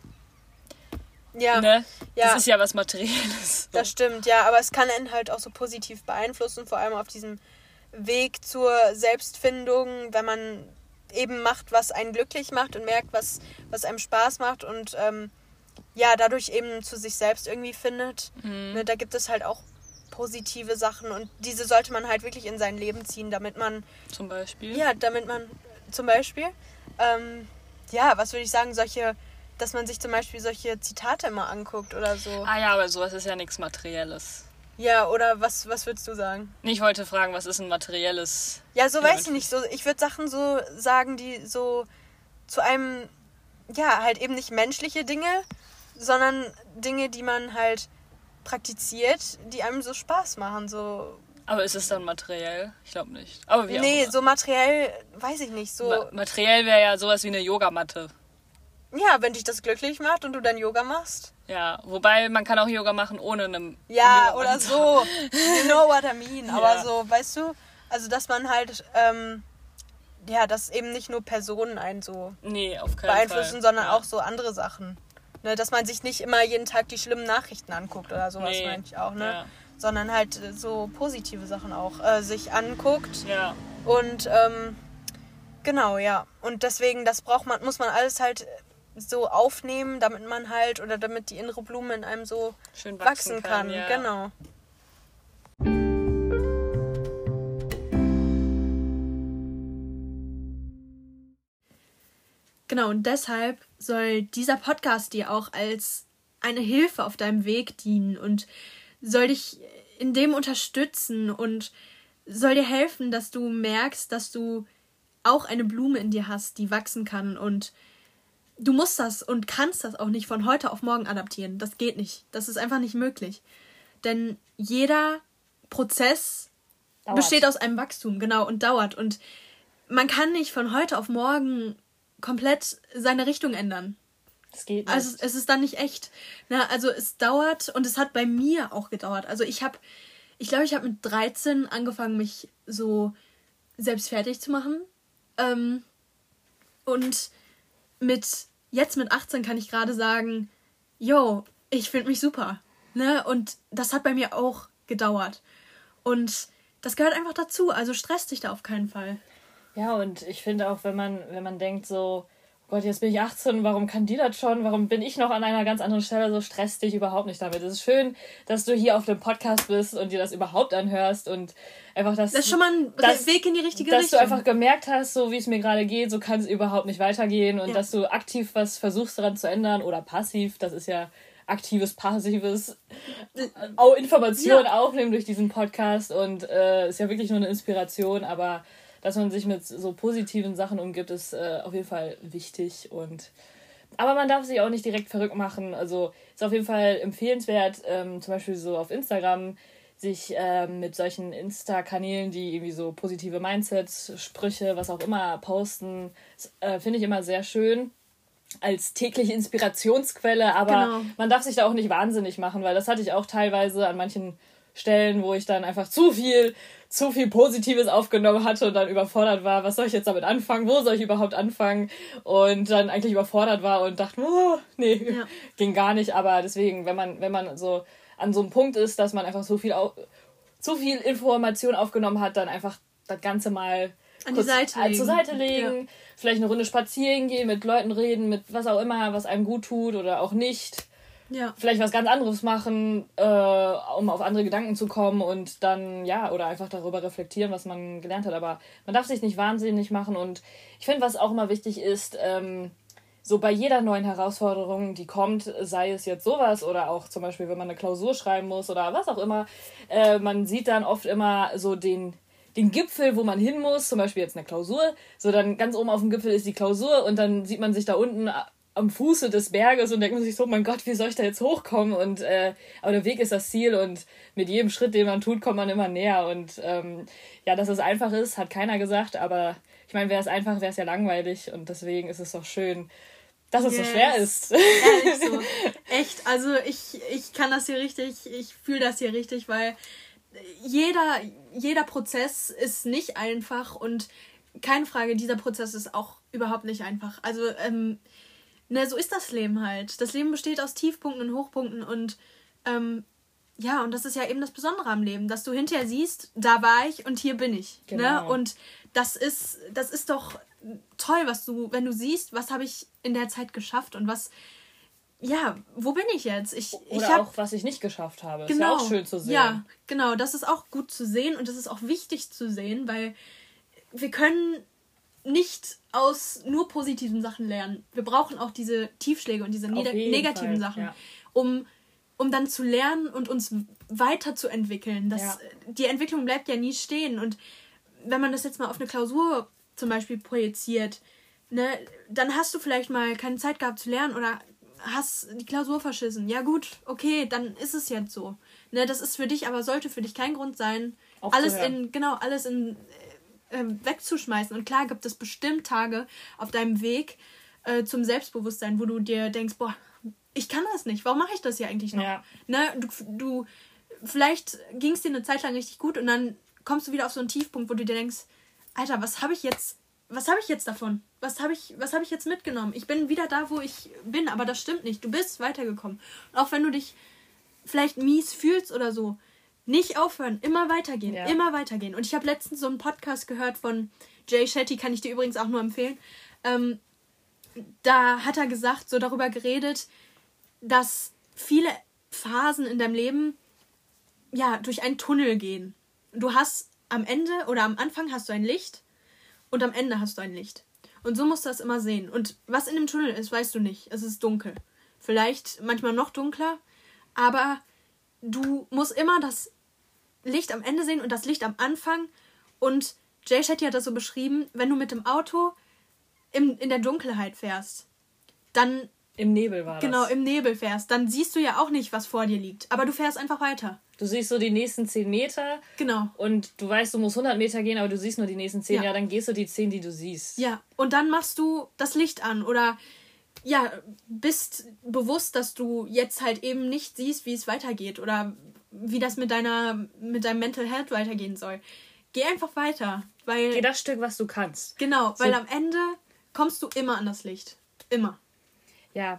ja. ne? Ja. Das ist ja was Materielles. Das stimmt, ja, aber es kann einen halt auch so positiv beeinflussen, vor allem auf diesem Weg zur Selbstfindung, wenn man eben macht, was einen glücklich macht und merkt, was, was einem Spaß macht und ähm, ja, dadurch eben zu sich selbst irgendwie findet. Mhm. Ne, da gibt es halt auch positive Sachen und diese sollte man halt wirklich in sein Leben ziehen, damit man... Zum Beispiel? Ja, damit man... Zum Beispiel... Ähm, ja, was würde ich sagen, solche... Dass man sich zum Beispiel solche Zitate immer anguckt oder so. Ah ja, aber sowas ist ja nichts Materielles. Ja, oder was, was würdest du sagen? Ich wollte fragen, was ist ein materielles... Ja, so weiß ich nicht. So, ich würde Sachen so sagen, die so zu einem... Ja, halt eben nicht menschliche Dinge, sondern Dinge, die man halt... praktiziert, die einem so Spaß machen, so. Aber ist es dann materiell? Ich glaube nicht. Aber wie nee, auch immer. so materiell, weiß ich nicht, so. Ma- materiell wäre ja sowas wie eine Yogamatte. Ja, wenn dich das glücklich macht und du dann Yoga machst. Ja, wobei man kann auch Yoga machen ohne einem... Ja, oder so. You know what I mean. Ja. Aber so, weißt du, also dass man halt, ähm, ja, dass eben nicht nur Personen einen so nee, auf keinen beeinflussen, Fall. sondern ja. auch so andere Sachen. Ne, dass man sich nicht immer jeden Tag die schlimmen Nachrichten anguckt oder sowas, nee. meine ich auch, ne? Ja. Sondern halt so positive Sachen auch äh, sich anguckt. Ja. Und ähm, genau, ja. Und deswegen, das braucht man, muss man alles halt so aufnehmen, damit man halt, oder damit die innere Blume in einem so schön wachsen, wachsen kann. kann ja. Genau. Genau, und deshalb soll dieser Podcast dir auch als eine Hilfe auf deinem Weg dienen und soll dich in dem unterstützen und soll dir helfen, dass du merkst, dass du auch eine Blume in dir hast, die wachsen kann. Und du musst das und kannst das auch nicht von heute auf morgen adaptieren. Das geht nicht. Das ist einfach nicht möglich. Denn jeder Prozess dauert. Besteht aus einem Wachstum, genau, und dauert. Und man kann nicht von heute auf morgen komplett seine Richtung ändern. Das geht nicht. Also es ist dann nicht echt. Na, also es dauert und es hat bei mir auch gedauert. Also ich habe, ich glaube, ich habe mit dreizehn angefangen, mich so selbst fertig zu machen. Ähm, und mit jetzt mit achtzehn kann ich gerade sagen, yo, ich finde mich super. Ne? Und das hat bei mir auch gedauert. Und das gehört einfach dazu. Also stress dich da auf keinen Fall. Ja, und ich finde auch, wenn man, wenn man denkt so, oh Gott, jetzt bin ich achtzehn, warum kann die das schon? Warum bin ich noch an einer ganz anderen Stelle? So stress dich überhaupt nicht damit. Es ist schön, dass du hier auf dem Podcast bist und dir das überhaupt anhörst und einfach das... Das ist schon mal ein dass, Weg in die richtige dass Richtung. Dass du einfach gemerkt hast, so wie es mir gerade geht, so kann es überhaupt nicht weitergehen und ja. dass du aktiv was versuchst daran zu ändern oder passiv, das ist ja aktives, passives auch Informationen ja. aufnehmen durch diesen Podcast und äh, ist ja wirklich nur eine Inspiration, aber dass man sich mit so positiven Sachen umgibt, ist äh, auf jeden Fall wichtig. Und aber man darf sich auch nicht direkt verrückt machen. Also ist auf jeden Fall empfehlenswert, ähm, zum Beispiel so auf Instagram, sich ähm, mit solchen Insta-Kanälen, die irgendwie so positive Mindset-Sprüche, was auch immer posten, äh, finde ich immer sehr schön. Als tägliche Inspirationsquelle, aber genau. Man darf sich da auch nicht wahnsinnig machen, weil das hatte ich auch teilweise an manchen Stellen, wo ich dann einfach zu viel, zu viel Positives aufgenommen hatte und dann überfordert war. Was soll ich jetzt damit anfangen? Wo soll ich überhaupt anfangen? Und dann eigentlich überfordert war und dachte, oh, nee, ja. ging gar nicht. Aber deswegen, wenn man, wenn man so an so einem Punkt ist, dass man einfach so viel, zu viel Information aufgenommen hat, dann einfach das Ganze mal an die Seite legen. zur Seite legen, ja. Vielleicht eine Runde spazieren gehen, mit Leuten reden, mit was auch immer, was einem gut tut oder auch nicht. Ja. Vielleicht was ganz anderes machen, äh, um auf andere Gedanken zu kommen und dann, ja, oder einfach darüber reflektieren, was man gelernt hat. Aber man darf sich nicht wahnsinnig machen und ich finde, was auch immer wichtig ist, ähm, so bei jeder neuen Herausforderung, die kommt, sei es jetzt sowas oder auch zum Beispiel, wenn man eine Klausur schreiben muss oder was auch immer, äh, man sieht dann oft immer so den den Gipfel, wo man hin muss, zum Beispiel jetzt eine Klausur, so dann ganz oben auf dem Gipfel ist die Klausur und dann sieht man sich da unten am Fuße des Berges und denkt man sich so, mein Gott, wie soll ich da jetzt hochkommen? Und äh, aber der Weg ist das Ziel und mit jedem Schritt, den man tut, kommt man immer näher und ähm, ja, dass es einfach ist, hat keiner gesagt, aber ich meine, wäre es einfach, wäre es ja langweilig und deswegen ist es doch schön, dass es yes. so schwer ist. Ehrlich so. Echt, also ich, ich kann das hier richtig, ich fühle das hier richtig, weil Jeder, jeder Prozess ist nicht einfach und keine Frage, dieser Prozess ist auch überhaupt nicht einfach. Also, ähm, ne, so ist das Leben halt. Das Leben besteht aus Tiefpunkten und Hochpunkten und ähm, ja, und das ist ja eben das Besondere am Leben, dass du hinterher siehst, da war ich und hier bin ich. Genau. Ne? Und das ist, das ist doch toll, was du, wenn du siehst, was habe ich in der Zeit geschafft und was ja, wo bin ich jetzt? Ich, Oder ich hab, auch, was ich nicht geschafft habe. Genau, ist ja auch schön zu sehen. Ja, genau. Das ist auch gut zu sehen und das ist auch wichtig zu sehen, weil wir können nicht aus nur positiven Sachen lernen. Wir brauchen auch diese Tiefschläge und diese neg- negativen Fall, Sachen, ja. um, um dann zu lernen und uns weiterzuentwickeln. Das, ja. Die Entwicklung bleibt ja nie stehen. Und wenn man das jetzt mal auf eine Klausur zum Beispiel projiziert, ne, dann hast du vielleicht mal keine Zeit gehabt zu lernen oder hast die Klausur verschissen. Ja gut, okay, dann ist es jetzt so. Ne, das ist für dich, aber sollte für dich kein Grund sein, alles in, genau, alles in äh, wegzuschmeißen. Und klar gibt es bestimmt Tage auf deinem Weg äh, zum Selbstbewusstsein, wo du dir denkst, boah, ich kann das nicht, warum mache ich das hier eigentlich noch? Ja. Ne, du, du, vielleicht ging es dir eine Zeit lang richtig gut und dann kommst du wieder auf so einen Tiefpunkt, wo du dir denkst, Alter, was habe ich jetzt Was habe ich jetzt davon? Was habe ich, was habe ich jetzt mitgenommen? Ich bin wieder da, wo ich bin, aber das stimmt nicht. Du bist weitergekommen. Und auch wenn du dich vielleicht mies fühlst oder so, nicht aufhören, immer weitergehen, ja. immer weitergehen. Und ich habe letztens so einen Podcast gehört von Jay Shetty, kann ich dir übrigens auch nur empfehlen. Ähm, da hat er gesagt, so darüber geredet, dass viele Phasen in deinem Leben ja durch einen Tunnel gehen. Du hast am Ende oder am Anfang hast du ein Licht und am Ende hast du ein Licht. Und so musst du das immer sehen. Und was in dem Tunnel ist, weißt du nicht. Es ist dunkel. Vielleicht manchmal noch dunkler, aber du musst immer das Licht am Ende sehen und das Licht am Anfang. Und Jay Shetty hat das so beschrieben, wenn du mit dem Auto im, in der Dunkelheit fährst, dann... Im Nebel war das. Genau, im Nebel fährst. Dann siehst du ja auch nicht, was vor dir liegt. Aber du fährst einfach weiter. Du siehst so die nächsten zehn Meter. Genau. Und du weißt, du musst hundert Meter gehen, aber du siehst nur die nächsten zehn. Ja, ja dann gehst du die zehn, die du siehst. Ja, und dann machst du das Licht an. Oder ja, bist bewusst, dass du jetzt halt eben nicht siehst, wie es weitergeht oder wie das mit deiner, mit deinem Mental Health weitergehen soll. Geh einfach weiter, weil... Geh das Stück, was du kannst. Genau, weil so. Am Ende kommst du immer an das Licht. Immer. Ja.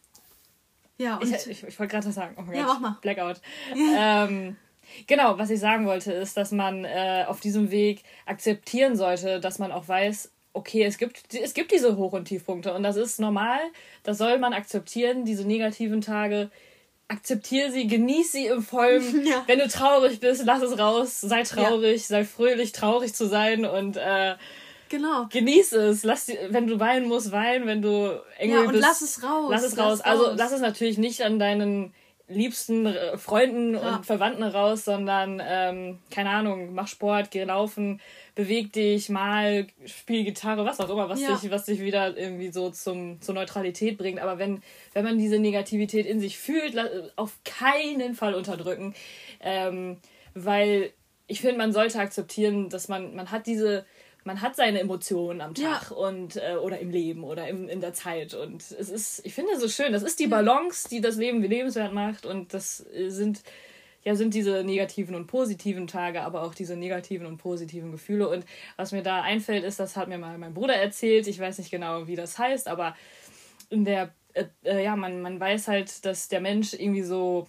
Ja, und... Ich, ich, ich wollte gerade was sagen. Oh mein ja, Gott. mach mal. Blackout. ähm, genau, was ich sagen wollte, ist, dass man äh, auf diesem Weg akzeptieren sollte, dass man auch weiß, okay, es gibt, es gibt diese Hoch- und Tiefpunkte und das ist normal, das soll man akzeptieren, diese negativen Tage. Akzeptiere sie, genieß sie im Vollen. Ja. Wenn du traurig bist, lass es raus. Sei traurig, ja. sei fröhlich, traurig zu sein und äh, genau. genieß es. Lass die, wenn du weinen musst, weinen. Wenn du angry ja, und bist, lass es raus. Lass es raus. Lass also raus. Lass es natürlich nicht an deinen liebsten Freunden ja. und Verwandten raus, sondern, ähm, keine Ahnung, mach Sport, geh laufen, beweg dich, mal, spiel Gitarre, was auch immer, was ja. dich, was dich wieder irgendwie so zum, zur Neutralität bringt. Aber wenn, wenn man diese Negativität in sich fühlt, auf keinen Fall unterdrücken, ähm, weil ich finde, man sollte akzeptieren, dass man, man hat diese, man hat seine Emotionen am Tag ja. und äh, oder im Leben oder im, in der Zeit und es ist, ich finde es so schön, das ist die Balance, die das Leben lebenswert macht und das sind ja sind diese negativen und positiven Tage, aber auch diese negativen und positiven Gefühle und was mir da einfällt ist, das hat mir mal mein Bruder erzählt, ich weiß nicht genau, wie das heißt, aber in der äh, äh, ja, man, man weiß halt, dass der Mensch irgendwie so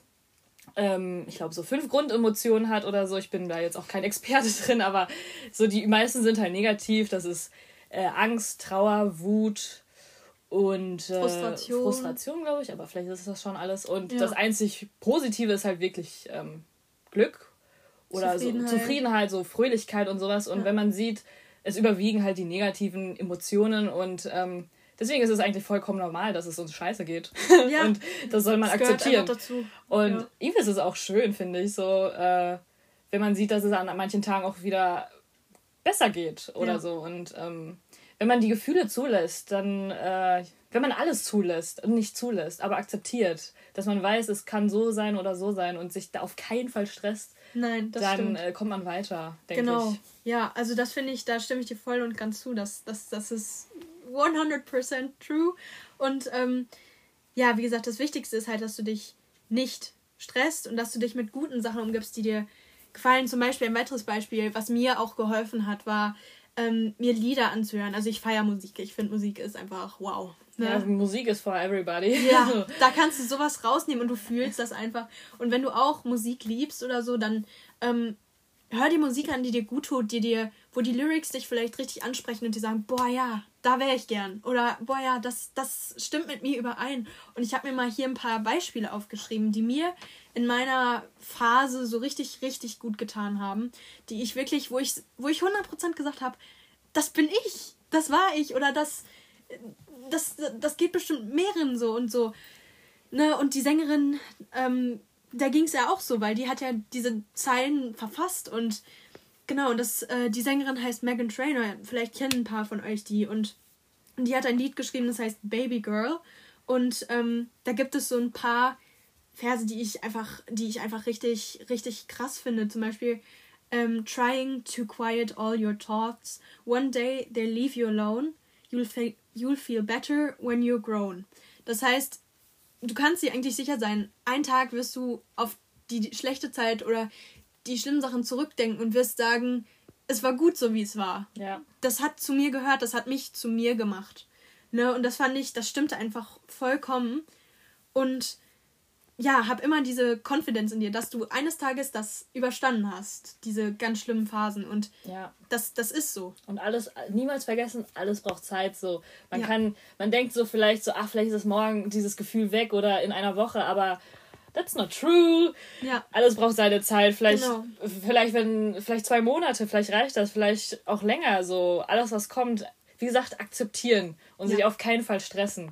ich glaube, so fünf Grundemotionen hat oder so. Ich bin da jetzt auch kein Experte drin, aber so die meisten sind halt negativ. Das ist äh, Angst, Trauer, Wut und äh, Frustration, Frustration glaube ich. Aber vielleicht ist das schon alles. Und ja. das einzig Positive ist halt wirklich ähm, Glück oder Zufriedenheit. So Zufriedenheit, so Fröhlichkeit und sowas. Und ja. wenn man sieht, es überwiegen halt die negativen Emotionen und ähm, deswegen ist es eigentlich vollkommen normal, dass es uns scheiße geht. Ja. Und das soll man das akzeptieren. Dazu. Und ja. irgendwie ist es auch schön, finde ich, so, äh, wenn man sieht, dass es an manchen Tagen auch wieder besser geht oder ja. so. Und ähm, wenn man die Gefühle zulässt, dann, äh, wenn man alles zulässt und nicht zulässt, aber akzeptiert, dass man weiß, es kann so sein oder so sein und sich da auf keinen Fall stresst, Nein, das dann äh, kommt man weiter, denke genau. ich. Genau, ja, also das finde ich, da stimme ich dir voll und ganz zu, dass das dass ist hundert Prozent true. Und ähm, ja, wie gesagt, das Wichtigste ist halt, dass du dich nicht stresst und dass du dich mit guten Sachen umgibst, die dir gefallen. Zum Beispiel ein weiteres Beispiel, was mir auch geholfen hat, war, ähm, mir Lieder anzuhören. Also ich feiere Musik. Ich finde, Musik ist einfach wow. Ne? Ja, Musik ist for everybody. Ja, da kannst du sowas rausnehmen und du fühlst das einfach. Und wenn du auch Musik liebst oder so, dann ähm, hör die Musik an, die dir gut tut, die dir, wo die Lyrics dich vielleicht richtig ansprechen und die sagen, boah ja, da wäre ich gern. Oder boah ja, das, das stimmt mit mir überein. Und ich habe mir mal hier ein paar Beispiele aufgeschrieben, die mir in meiner Phase so richtig, richtig gut getan haben. Die ich wirklich, wo ich, wo ich hundert Prozent gesagt habe, das bin ich, das war ich. Oder das, das, das geht bestimmt mehreren so und so. Ne? Und die Sängerin, ähm, da ging es ja auch so, weil die hat ja diese Zeilen verfasst und genau, und das, äh, die Sängerin heißt Meghan Trainor, vielleicht kennen ein paar von euch die und die hat ein Lied geschrieben, das heißt Baby Girl und ähm, da gibt es so ein paar Verse, die ich einfach, die ich einfach richtig, richtig krass finde, zum Beispiel ähm, Trying to quiet all your thoughts, one day they'll leave you alone, you'll, fe- you'll feel better when you're grown. Das heißt, du kannst dir eigentlich sicher sein, einen Tag wirst du auf die schlechte Zeit oder die schlimmen Sachen zurückdenken und wirst sagen, es war gut so, wie es war. Ja. Das hat zu mir gehört, das hat mich zu mir gemacht. Ne? Und das fand ich, das stimmte einfach vollkommen. Und ja, hab immer diese Confidence in dir, dass du eines Tages das überstanden hast, diese ganz schlimmen Phasen. Und ja. das, das ist so. Und alles, niemals vergessen, alles braucht Zeit. So. Man ja. kann, man denkt so vielleicht so, ach, vielleicht ist es morgen dieses Gefühl weg oder in einer Woche, aber that's not true. Ja. Alles braucht seine Zeit. Vielleicht, genau. vielleicht, wenn, vielleicht zwei Monate, vielleicht reicht das, vielleicht auch länger. So, alles, was kommt, wie gesagt, akzeptieren und ja. sich auf keinen Fall stressen.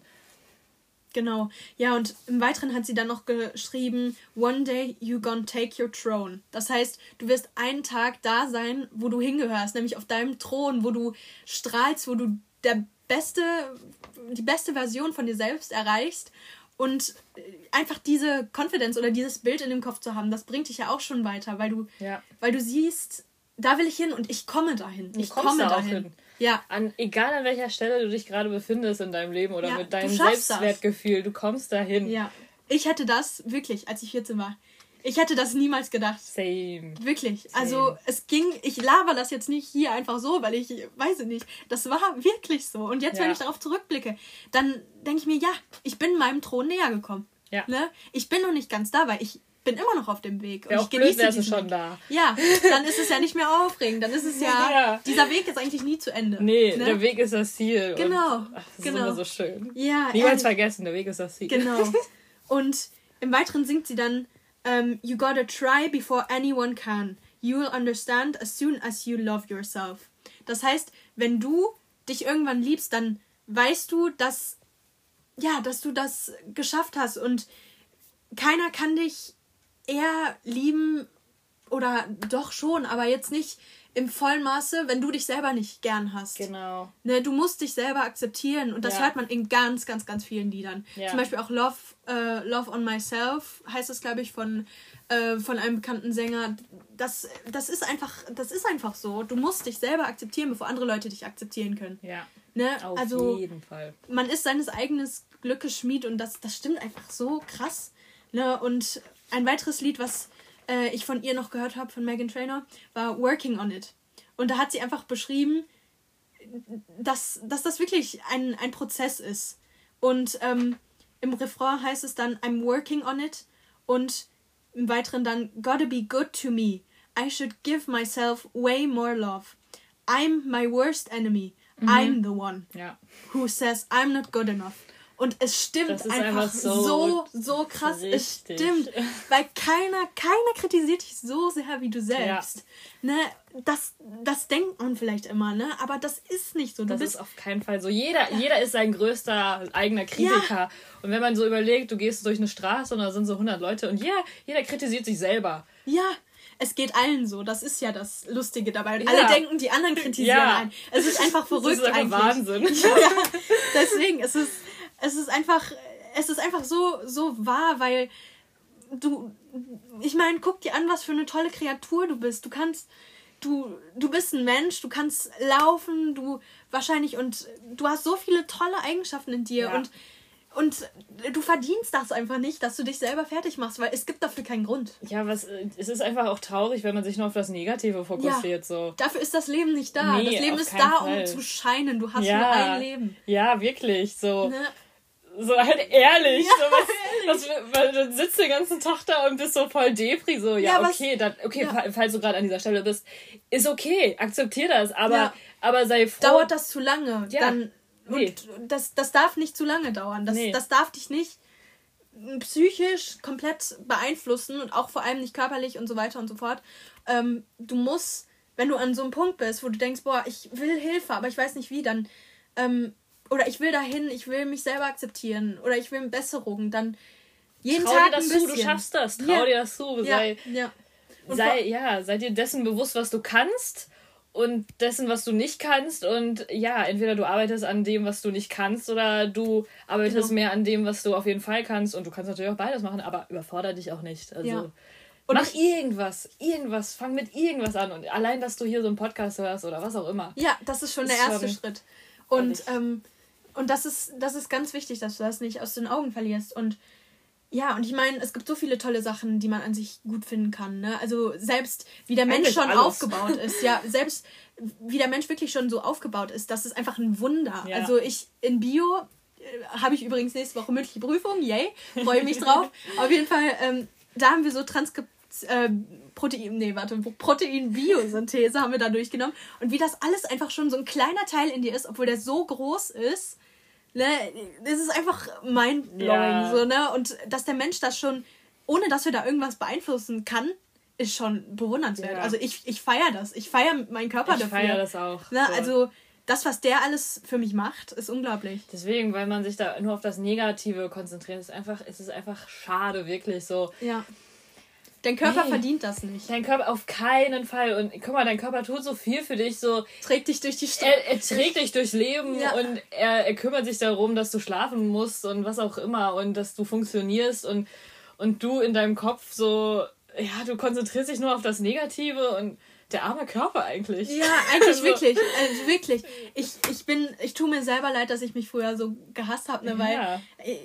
Genau. Ja, und im Weiteren hat sie dann noch geschrieben, one day you gonna take your throne. Das heißt, du wirst einen Tag da sein, wo du hingehörst, nämlich auf deinem Thron, wo du strahlst, wo du der beste, die beste Version von dir selbst erreichst. Und einfach diese Confidence oder dieses Bild in dem Kopf zu haben, das bringt dich ja auch schon weiter, weil du, ja. weil du siehst, da will ich hin und ich komme dahin. Ich komme dahin. Ja. An, egal an welcher Stelle du dich gerade befindest in deinem Leben oder ja, mit deinem Selbstwertgefühl, das. Du kommst dahin. Ja. Ich hätte das wirklich, als ich vierzehn war, ich hätte das niemals gedacht. Same. Wirklich. Same. Also es ging, ich laber das jetzt nicht hier einfach so, weil ich, weiß ich nicht, das war wirklich so. Und jetzt, ja. wenn ich darauf zurückblicke, dann denke ich mir, ja, ich bin meinem Thron näher gekommen. Ja. Ne? Ich bin noch nicht ganz da, weil ich bin immer noch auf dem Weg. Und ja, ich auch genieße blöd, wärst du schon da. Ja, dann ist es ja nicht mehr aufregend. Dann ist es ja, ja. dieser Weg ist eigentlich nie zu Ende. Nee, ne? Der Weg ist das Ziel. Genau. Und, ach, das genau. ist immer so schön. Ja, Niemals ehrlich. vergessen, der Weg ist das Ziel. Genau. Und im Weiteren singt sie dann, um, you gotta try before anyone can. You'll understand as soon as you love yourself. Das heißt, wenn du dich irgendwann liebst, dann weißt du, dass, ja, dass du das geschafft hast und keiner kann dich eher lieben oder doch schon, aber jetzt nicht im vollen Maße, wenn du dich selber nicht gern hast. Genau. Ne, du musst dich selber akzeptieren und das ja. hört man in ganz, ganz, ganz vielen Liedern. Ja. Zum Beispiel auch Love, äh, Love on Myself heißt es, glaube ich, von, äh, von einem bekannten Sänger. Das, das ist einfach, das ist einfach so. Du musst dich selber akzeptieren, bevor andere Leute dich akzeptieren können. Ja. Ne? Auf also, jeden Fall. Man ist seines eigenen Glückes Schmied und das, das stimmt einfach so krass. Ne? Und ein weiteres Lied, was äh, ich von ihr noch gehört habe, von Meghan Trainor, war Working on It. Und da hat sie einfach beschrieben, dass, dass das wirklich ein, ein Prozess ist. Und ähm, im Refrain heißt es dann, I'm working on it. Und im Weiteren dann, gotta be good to me. I should give myself way more love. I'm my worst enemy. Mhm. I'm the one ja. who says I'm not good enough. Und es stimmt einfach, einfach so, so, so krass. Richtig. Es stimmt. Weil keiner, keiner kritisiert dich so sehr wie du selbst. Ja. Ne? Das, das denkt man vielleicht immer, ne? Aber das ist nicht so. Du das bist ist auf keinen Fall so. Jeder, ja. jeder ist sein größter eigener Kritiker. Ja. Und wenn man so überlegt, du gehst durch eine Straße und da sind so hundert Leute und ja, jeder kritisiert sich selber. Ja. Es geht allen so. Das ist ja das Lustige dabei. Und ja. alle denken, die anderen kritisieren ja. einen. Es ist einfach verrückt. Das ist einfach Wahnsinn. Ja, deswegen, es ist, es ist einfach, es ist einfach so, so wahr, weil du, ich meine, guck dir an, was für eine tolle Kreatur du bist. Du kannst, du, du bist ein Mensch, du kannst laufen, du wahrscheinlich, und du hast so viele tolle Eigenschaften in dir. Ja. Und Und du verdienst das einfach nicht, dass du dich selber fertig machst, weil es gibt dafür keinen Grund. Ja, was, es ist einfach auch traurig, wenn man sich nur auf das Negative fokussiert. Ja, so. Dafür ist das Leben nicht da. Nee, das Leben ist da, Fall. um zu scheinen. Du hast ja. nur ein Leben. Ja, wirklich. So, ne? so halt ehrlich. Ja, so, was, ehrlich. Was, weil du sitzt den ganzen Tag da und bist so voll Depri. So, ja, ja okay, dann, okay ja. falls du gerade an dieser Stelle bist, ist okay, akzeptier das. Aber, ja. aber sei froh. Dauert das zu lange, ja. dann... Nee. Und das, das darf nicht zu lange dauern. Das, nee. das darf dich nicht psychisch komplett beeinflussen und auch vor allem nicht körperlich und so weiter und so fort. Ähm, du musst, wenn du an so einem Punkt bist, wo du denkst, boah, ich will Hilfe, aber ich weiß nicht wie, dann ähm, oder ich will dahin, ich will mich selber akzeptieren oder ich will Besserung, dann jeden Trau Tag dir das ein bisschen. Zu, du schaffst das. Trau ja. dir das zu. Sei, ja. Ja. sei, ja, sei dir dessen bewusst, was du kannst. Und dessen, was du nicht kannst. Und ja, entweder du arbeitest an dem, was du nicht kannst, oder du arbeitest genau. mehr an dem, was du auf jeden Fall kannst. Und du kannst natürlich auch beides machen, aber überfordere dich auch nicht. Also ja. und mach irgendwas, irgendwas, fang mit irgendwas an. Und allein, dass du hier so einen Podcast hörst oder was auch immer. Ja, das ist schon ist der erste Schritt. Und, ähm, und das ist, das ist ganz wichtig, dass du das nicht aus den Augen verlierst. Und ja, und ich meine, es gibt so viele tolle Sachen, die man an sich gut finden kann. Ne? Also selbst wie der Mensch Eigentlich schon alles. aufgebaut ist. Ja, selbst wie der Mensch wirklich schon so aufgebaut ist, das ist einfach ein Wunder. Ja. Also ich in Bio äh, habe ich übrigens nächste Woche mündliche Prüfung. Yay, freue mich drauf. Auf jeden Fall, ähm, da haben wir so Transkript äh, Protein, nee, warte, Protein-Biosynthese haben wir da durchgenommen. Und wie das alles einfach schon so ein kleiner Teil in dir ist, obwohl der so groß ist. Ne, das ist einfach mindblowing, ja. so, ne? Und dass der Mensch das schon, ohne dass wir da irgendwas beeinflussen kann, ist schon bewundernswert. Ja. Also ich, ich feiere das. Ich feiere meinen Körper ich dafür. Ich feiere das auch. Ne? So. Also das, was der alles für mich macht, ist unglaublich. Deswegen, weil man sich da nur auf das Negative konzentriert, ist einfach, es ist einfach schade, wirklich so. Ja. Dein Körper nee, verdient das nicht. Dein Körper auf keinen Fall. Und guck mal, dein Körper tut so viel für dich. So trägt dich durch die Stadt. Er, er trägt dich durchs Leben ja. und er, er kümmert sich darum, dass du schlafen musst und was auch immer und dass du funktionierst und, und du in deinem Kopf so, ja, du konzentrierst dich nur auf das Negative und der arme Körper eigentlich. Ja, eigentlich also. wirklich. Also wirklich. Ich, ich bin, ich tue mir selber leid, dass ich mich früher so gehasst habe, ne, weil ja.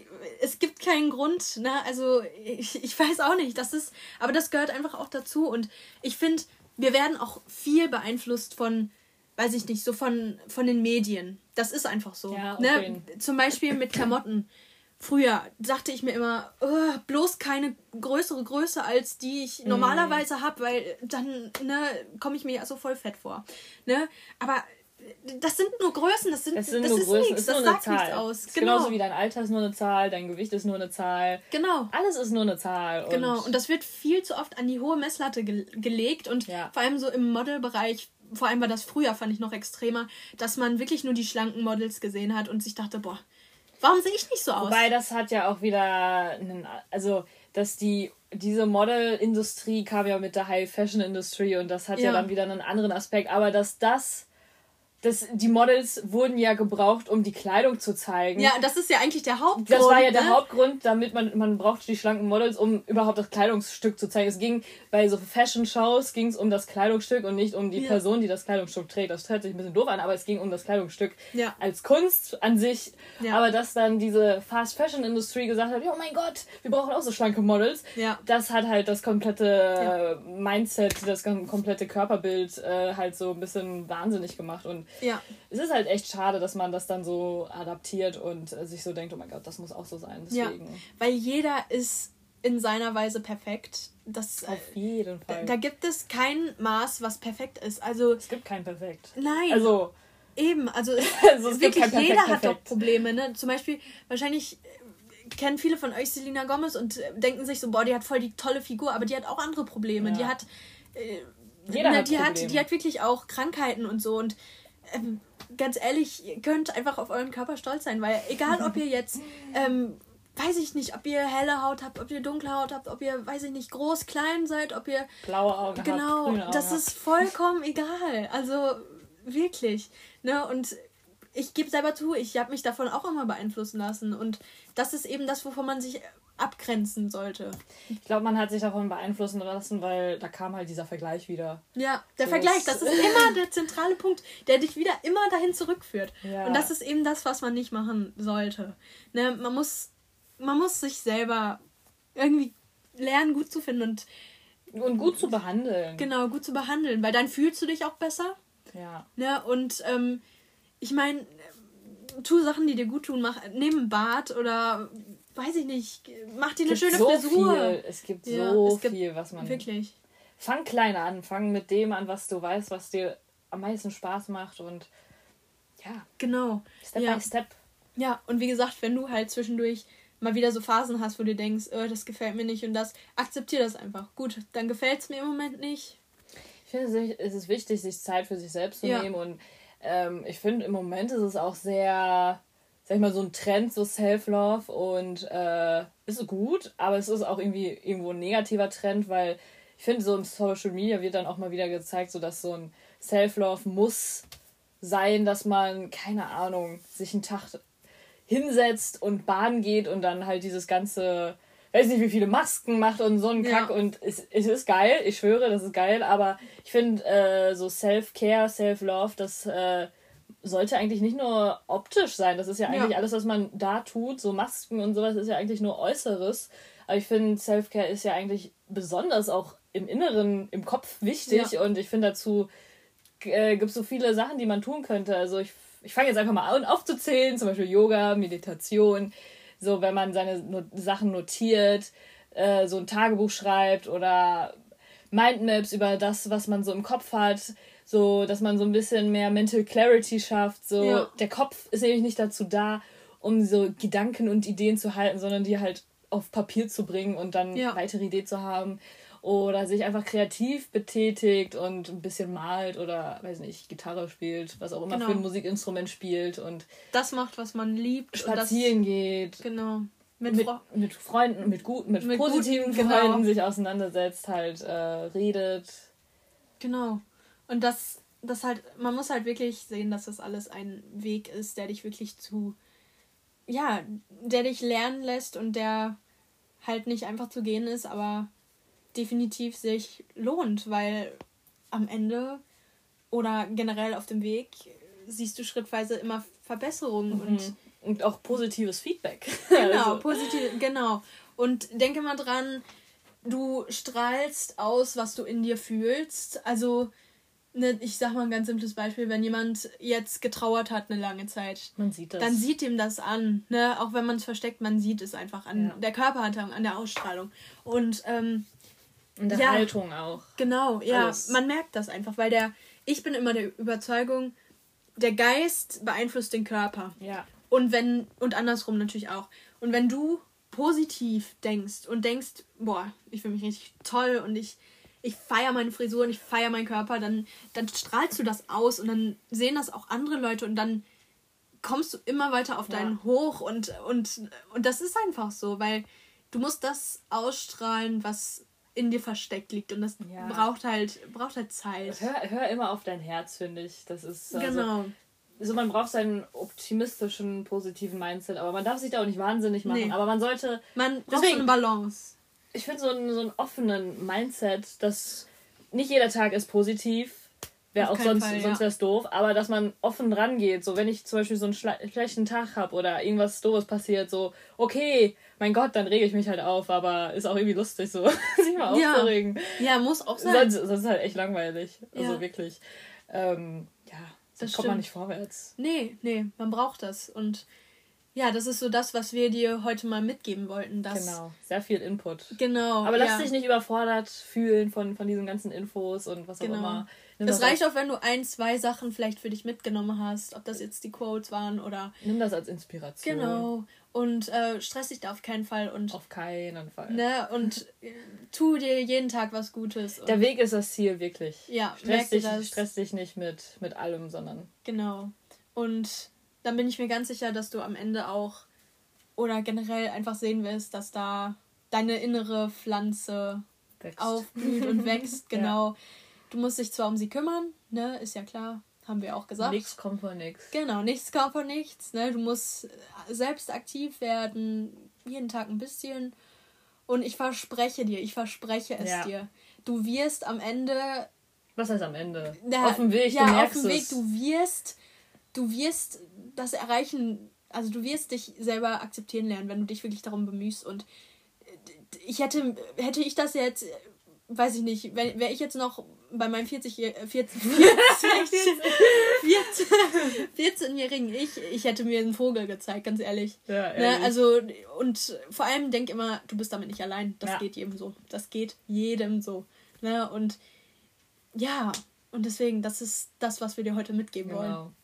es gibt keinen Grund, ne, also ich, ich weiß auch nicht, das ist, aber das gehört einfach auch dazu und ich finde, wir werden auch viel beeinflusst von, weiß ich nicht, so von, von den Medien. Das ist einfach so. Ja, okay. Ne? Zum Beispiel mit Klamotten. Früher dachte ich mir immer, oh, bloß keine größere Größe als die ich normalerweise habe, weil dann ne, komme ich mir ja so voll fett vor. Ne? Aber das sind nur Größen, das, sind, das, sind das ist nichts, das sagt nichts aus. Das genau. Genauso wie dein Alter ist nur eine Zahl, dein Gewicht ist nur eine Zahl. Genau. Alles ist nur eine Zahl. Und genau, und das wird viel zu oft an die hohe Messlatte ge- gelegt und ja. vor allem so im Modelbereich, vor allem war das früher, fand ich noch extremer, dass man wirklich nur die schlanken Models gesehen hat und sich dachte, boah, warum sehe ich nicht so aus? Wobei das hat ja auch wieder einen, also dass die diese Modelindustrie kam ja mit der High-Fashion-Industrie und das hat ja. ja dann wieder einen anderen Aspekt, aber dass das Das, die Models wurden ja gebraucht, um die Kleidung zu zeigen. Ja, das ist ja eigentlich der Hauptgrund. Das war ja der ne? Hauptgrund, damit man, man braucht die schlanken Models, um überhaupt das Kleidungsstück zu zeigen. Es ging, bei so Fashion-Shows ging es um das Kleidungsstück und nicht um die ja. Person, die das Kleidungsstück trägt. Das hört sich ein bisschen doof an, aber es ging um das Kleidungsstück ja. als Kunst an sich. Ja. Aber dass dann diese Fast-Fashion-Industrie gesagt hat, oh mein Gott, wir brauchen auch so schlanke Models. Ja. Das hat halt das komplette ja. Mindset, das komplette Körperbild äh, halt so ein bisschen wahnsinnig gemacht. Und ja. es ist halt echt schade, dass man das dann so adaptiert und äh, sich so denkt, oh mein Gott, das muss auch so sein. Deswegen. Ja, weil jeder ist in seiner Weise perfekt. Das, Auf jeden Fall. Da, da gibt es kein Maß, was perfekt ist. Also, es gibt kein Perfekt. Nein. Also, eben, also, also es wirklich perfekt, jeder perfekt. hat doch Probleme. Ne? Zum Beispiel, wahrscheinlich kennen viele von euch Selena Gomez und denken sich so, boah, die hat voll die tolle Figur, aber die hat auch andere Probleme. Ja. Die hat... Äh, Jeder ne, hat die, hat, die hat wirklich auch Krankheiten und so und ähm, ganz ehrlich, ihr könnt einfach auf euren Körper stolz sein, weil egal ob ihr jetzt, ähm, weiß ich nicht, ob ihr helle Haut habt, ob ihr dunkle Haut habt, ob ihr, weiß ich nicht, groß, klein seid, ob ihr... Blaue Augen genau, habt, grüne Augen das ist vollkommen egal. Also wirklich. Ne? Und ich gebe selber zu, ich habe mich davon auch immer beeinflussen lassen und das ist eben das, wovon man sich abgrenzen sollte. Ich glaube, man hat sich davon beeinflussen lassen, weil da kam halt dieser Vergleich wieder. Ja, der so Vergleich, das ist immer der zentrale Punkt, der dich wieder immer dahin zurückführt. Ja. Und das ist eben das, was man nicht machen sollte. Ne, man muss, man muss sich selber irgendwie lernen, gut zu finden und und gut zu behandeln. Genau, gut zu behandeln, weil dann fühlst du dich auch besser. Ja. Ne, und ähm, ich meine, tu Sachen, die dir gut tun, mach, nimm ein Bad oder weiß ich nicht, mach dir eine schöne so Frisur. Viel. Es gibt ja, so es gibt viel, was man... Wirklich. Fang klein an, fang mit dem an, was du weißt, was dir am meisten Spaß macht und ja. Genau. Step ja. by Step. Ja, und wie gesagt, wenn du halt zwischendurch mal wieder so Phasen hast, wo du denkst, oh, das gefällt mir nicht und das, akzeptier das einfach. Gut, dann gefällt es mir im Moment nicht. Ich finde, es ist wichtig, sich Zeit für sich selbst zu ja. nehmen und ähm, ich finde, im Moment ist es auch sehr... sag ich mal, so ein Trend, so Self-Love und äh, ist gut, aber es ist auch irgendwie irgendwo ein negativer Trend, weil ich finde, so im Social Media wird dann auch mal wieder gezeigt, so dass so ein Self-Love muss sein, dass man, keine Ahnung, sich einen Tag hinsetzt und baden geht und dann halt dieses ganze, weiß nicht, wie viele Masken macht und so einen Kack ja. und es, es ist geil, ich schwöre, das ist geil, aber ich finde, äh, so Self-Care, Self-Love, das äh, sollte eigentlich nicht nur optisch sein. Das ist ja eigentlich ja. alles, was man da tut. So Masken und sowas ist ja eigentlich nur Äußeres. Aber ich finde, Self-Care ist ja eigentlich besonders auch im Inneren, im Kopf wichtig. Ja. Und ich finde, dazu äh, gibt es so viele Sachen, die man tun könnte. Also ich, ich fange jetzt einfach mal an aufzuzählen. Zum Beispiel Yoga, Meditation. So, wenn man seine Not- Sachen notiert, äh, so ein Tagebuch schreibt oder Mindmaps über das, was man so im Kopf hat. So, dass man so ein bisschen mehr Mental Clarity schafft. So, ja. Der Kopf ist nämlich nicht dazu da, um so Gedanken und Ideen zu halten, sondern die halt auf Papier zu bringen und dann ja. weitere Ideen zu haben. Oder sich einfach kreativ betätigt und ein bisschen malt oder, weiß nicht, Gitarre spielt, was auch immer genau. für ein Musikinstrument spielt. Und das macht, was man liebt. Spazieren das, geht. Genau. Mit, mit, mit Freunden, mit, gut, mit, mit positiven guten, Freunden genau. sich auseinandersetzt, halt äh, redet. Genau. Und das, das halt, man muss halt wirklich sehen, dass das alles ein Weg ist, der dich wirklich zu, ja, der dich lernen lässt und der halt nicht einfach zu gehen ist, aber definitiv sich lohnt, weil am Ende oder generell auf dem Weg siehst du schrittweise immer Verbesserungen. Mhm. und Und auch positives Feedback. Genau, also. positiv, genau. Und denke mal dran, du strahlst aus, was du in dir fühlst. Also, ne, ich sag mal ein ganz simples Beispiel, wenn jemand jetzt getrauert hat eine lange Zeit, man sieht das. Dann sieht ihm das an. Ne? Auch wenn man es versteckt, man sieht es einfach an ja. der Körperhaltung, an der Ausstrahlung. Und ähm, in der ja, Haltung auch. Genau, ja. Alles. Man merkt das einfach, weil der, ich bin immer der Überzeugung, der Geist beeinflusst den Körper. Ja. Und wenn, und andersrum natürlich auch. Und wenn du positiv denkst und denkst, boah, ich fühle mich richtig toll und ich, ich feiere meine Frisur und ich feiere meinen Körper, dann, dann strahlst du das aus und dann sehen das auch andere Leute und dann kommst du immer weiter auf ja. deinen Hoch und, und, und das ist einfach so, weil du musst das ausstrahlen, was in dir versteckt liegt und das ja. braucht halt braucht halt Zeit. Hör, hör immer auf dein Herz, finde ich. Das ist also, genau. Also man braucht seinen optimistischen, positiven Mindset, aber man darf sich da auch nicht wahnsinnig machen. Nee. Aber man sollte... Man braucht deswegen, so eine Balance. Ich finde so einen, so einen offenen Mindset, dass nicht jeder Tag ist positiv, wäre auch sonst, Fall, sonst wäre es ja. doof, aber dass man offen rangeht. So, wenn ich zum Beispiel so einen schle- schlechten Tag habe oder irgendwas Doofes passiert, so, okay, mein Gott, dann rege ich mich halt auf, aber ist auch irgendwie lustig, so, sich mal ja. aufzuregen. Ja, muss auch sein. Sonst, sonst ist halt echt langweilig. Also ja. wirklich. Ähm, ja, sonst kommt man nicht vorwärts. Nee, nee, man braucht das. Und ja, das ist so das, was wir dir heute mal mitgeben wollten. Dass genau, sehr viel Input. Genau. Aber lass ja. dich nicht überfordert fühlen von, von diesen ganzen Infos und was auch genau. immer. Nimm es reicht auch, wenn du ein, zwei Sachen vielleicht für dich mitgenommen hast, ob das jetzt die Quotes waren oder... Nimm das als Inspiration. Genau. Und äh, stress dich da auf keinen Fall. Und, auf keinen Fall. Ne, und äh, tu dir jeden Tag was Gutes. Und der Weg ist das Ziel, wirklich. Ja, stress dich, das. stress dich nicht mit, mit allem, sondern... Genau. Und dann bin ich mir ganz sicher, dass du am Ende auch oder generell einfach sehen wirst, dass da deine innere Pflanze wächst. Aufblüht und wächst. Genau. Ja. Du musst dich zwar um sie kümmern, ne, ist ja klar, haben wir auch gesagt. Nichts kommt von nichts. Genau, nichts kommt von nichts, ne, du musst selbst aktiv werden, jeden Tag ein bisschen. Und ich verspreche dir, ich verspreche es ja. dir, du wirst am Ende... Was heißt am Ende? Na, auf dem Weg, ja, du merkst auf dem Weg, es. du wirst, du wirst das erreichen, also du wirst dich selber akzeptieren lernen, wenn du dich wirklich darum bemühst. Und ich hätte, hätte ich das jetzt, weiß ich nicht, wäre ich jetzt noch bei meinem vierzig, vierzig, vierzehnjährigen ich, ich hätte mir einen Vogel gezeigt, ganz ehrlich. Ja, ne? Also, und vor allem denk immer, du bist damit nicht allein. Das ja. geht jedem so. Das geht jedem so. Ne? Und ja, und deswegen, das ist das, was wir dir heute mitgeben genau. wollen.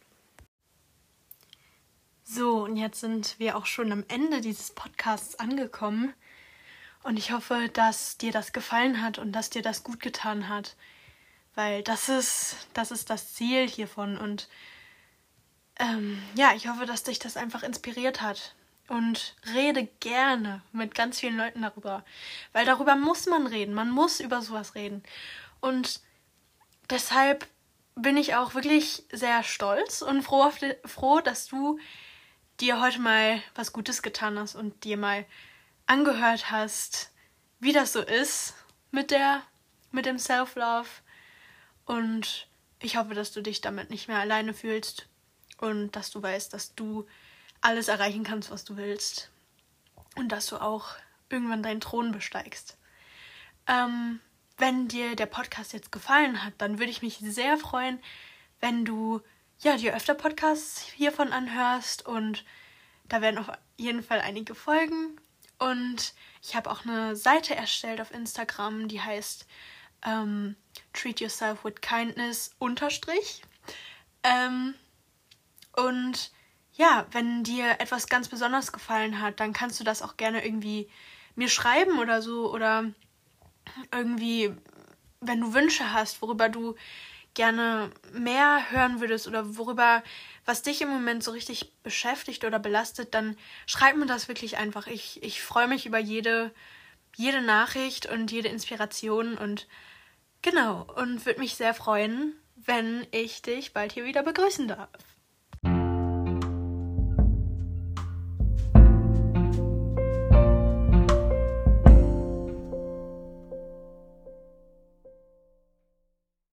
So, und jetzt sind wir auch schon am Ende dieses Podcasts angekommen. Und ich hoffe, dass dir das gefallen hat und dass dir das gut getan hat. Weil das ist, das ist das Ziel hiervon. Und ähm, ja, ich hoffe, dass dich das einfach inspiriert hat. Und rede gerne mit ganz vielen Leuten darüber. Weil darüber muss man reden. Man muss über sowas reden. Und deshalb bin ich auch wirklich sehr stolz und froh, auf die, froh, dass du dir heute mal was Gutes getan hast und dir mal angehört hast, wie das so ist mit der, mit dem Self-Love. Und ich hoffe, dass du dich damit nicht mehr alleine fühlst und dass du weißt, dass du alles erreichen kannst, was du willst. Und dass du auch irgendwann deinen Thron besteigst. Ähm, wenn dir der Podcast jetzt gefallen hat, dann würde ich mich sehr freuen, wenn du ja, dir öfter Podcasts hiervon anhörst. Und da werden auf jeden Fall einige folgen. Und ich habe auch eine Seite erstellt auf Instagram, die heißt ähm, Treat Yourself with Kindness unterstrich. Ähm, und ja, wenn dir etwas ganz besonders gefallen hat, dann kannst du das auch gerne irgendwie mir schreiben oder so. Oder irgendwie, wenn du Wünsche hast, worüber du gerne mehr hören würdest oder worüber, was dich im Moment so richtig beschäftigt oder belastet, dann schreib mir das wirklich einfach. Ich, ich freue mich über jede, jede Nachricht und jede Inspiration und genau, und würde mich sehr freuen, wenn ich dich bald hier wieder begrüßen darf.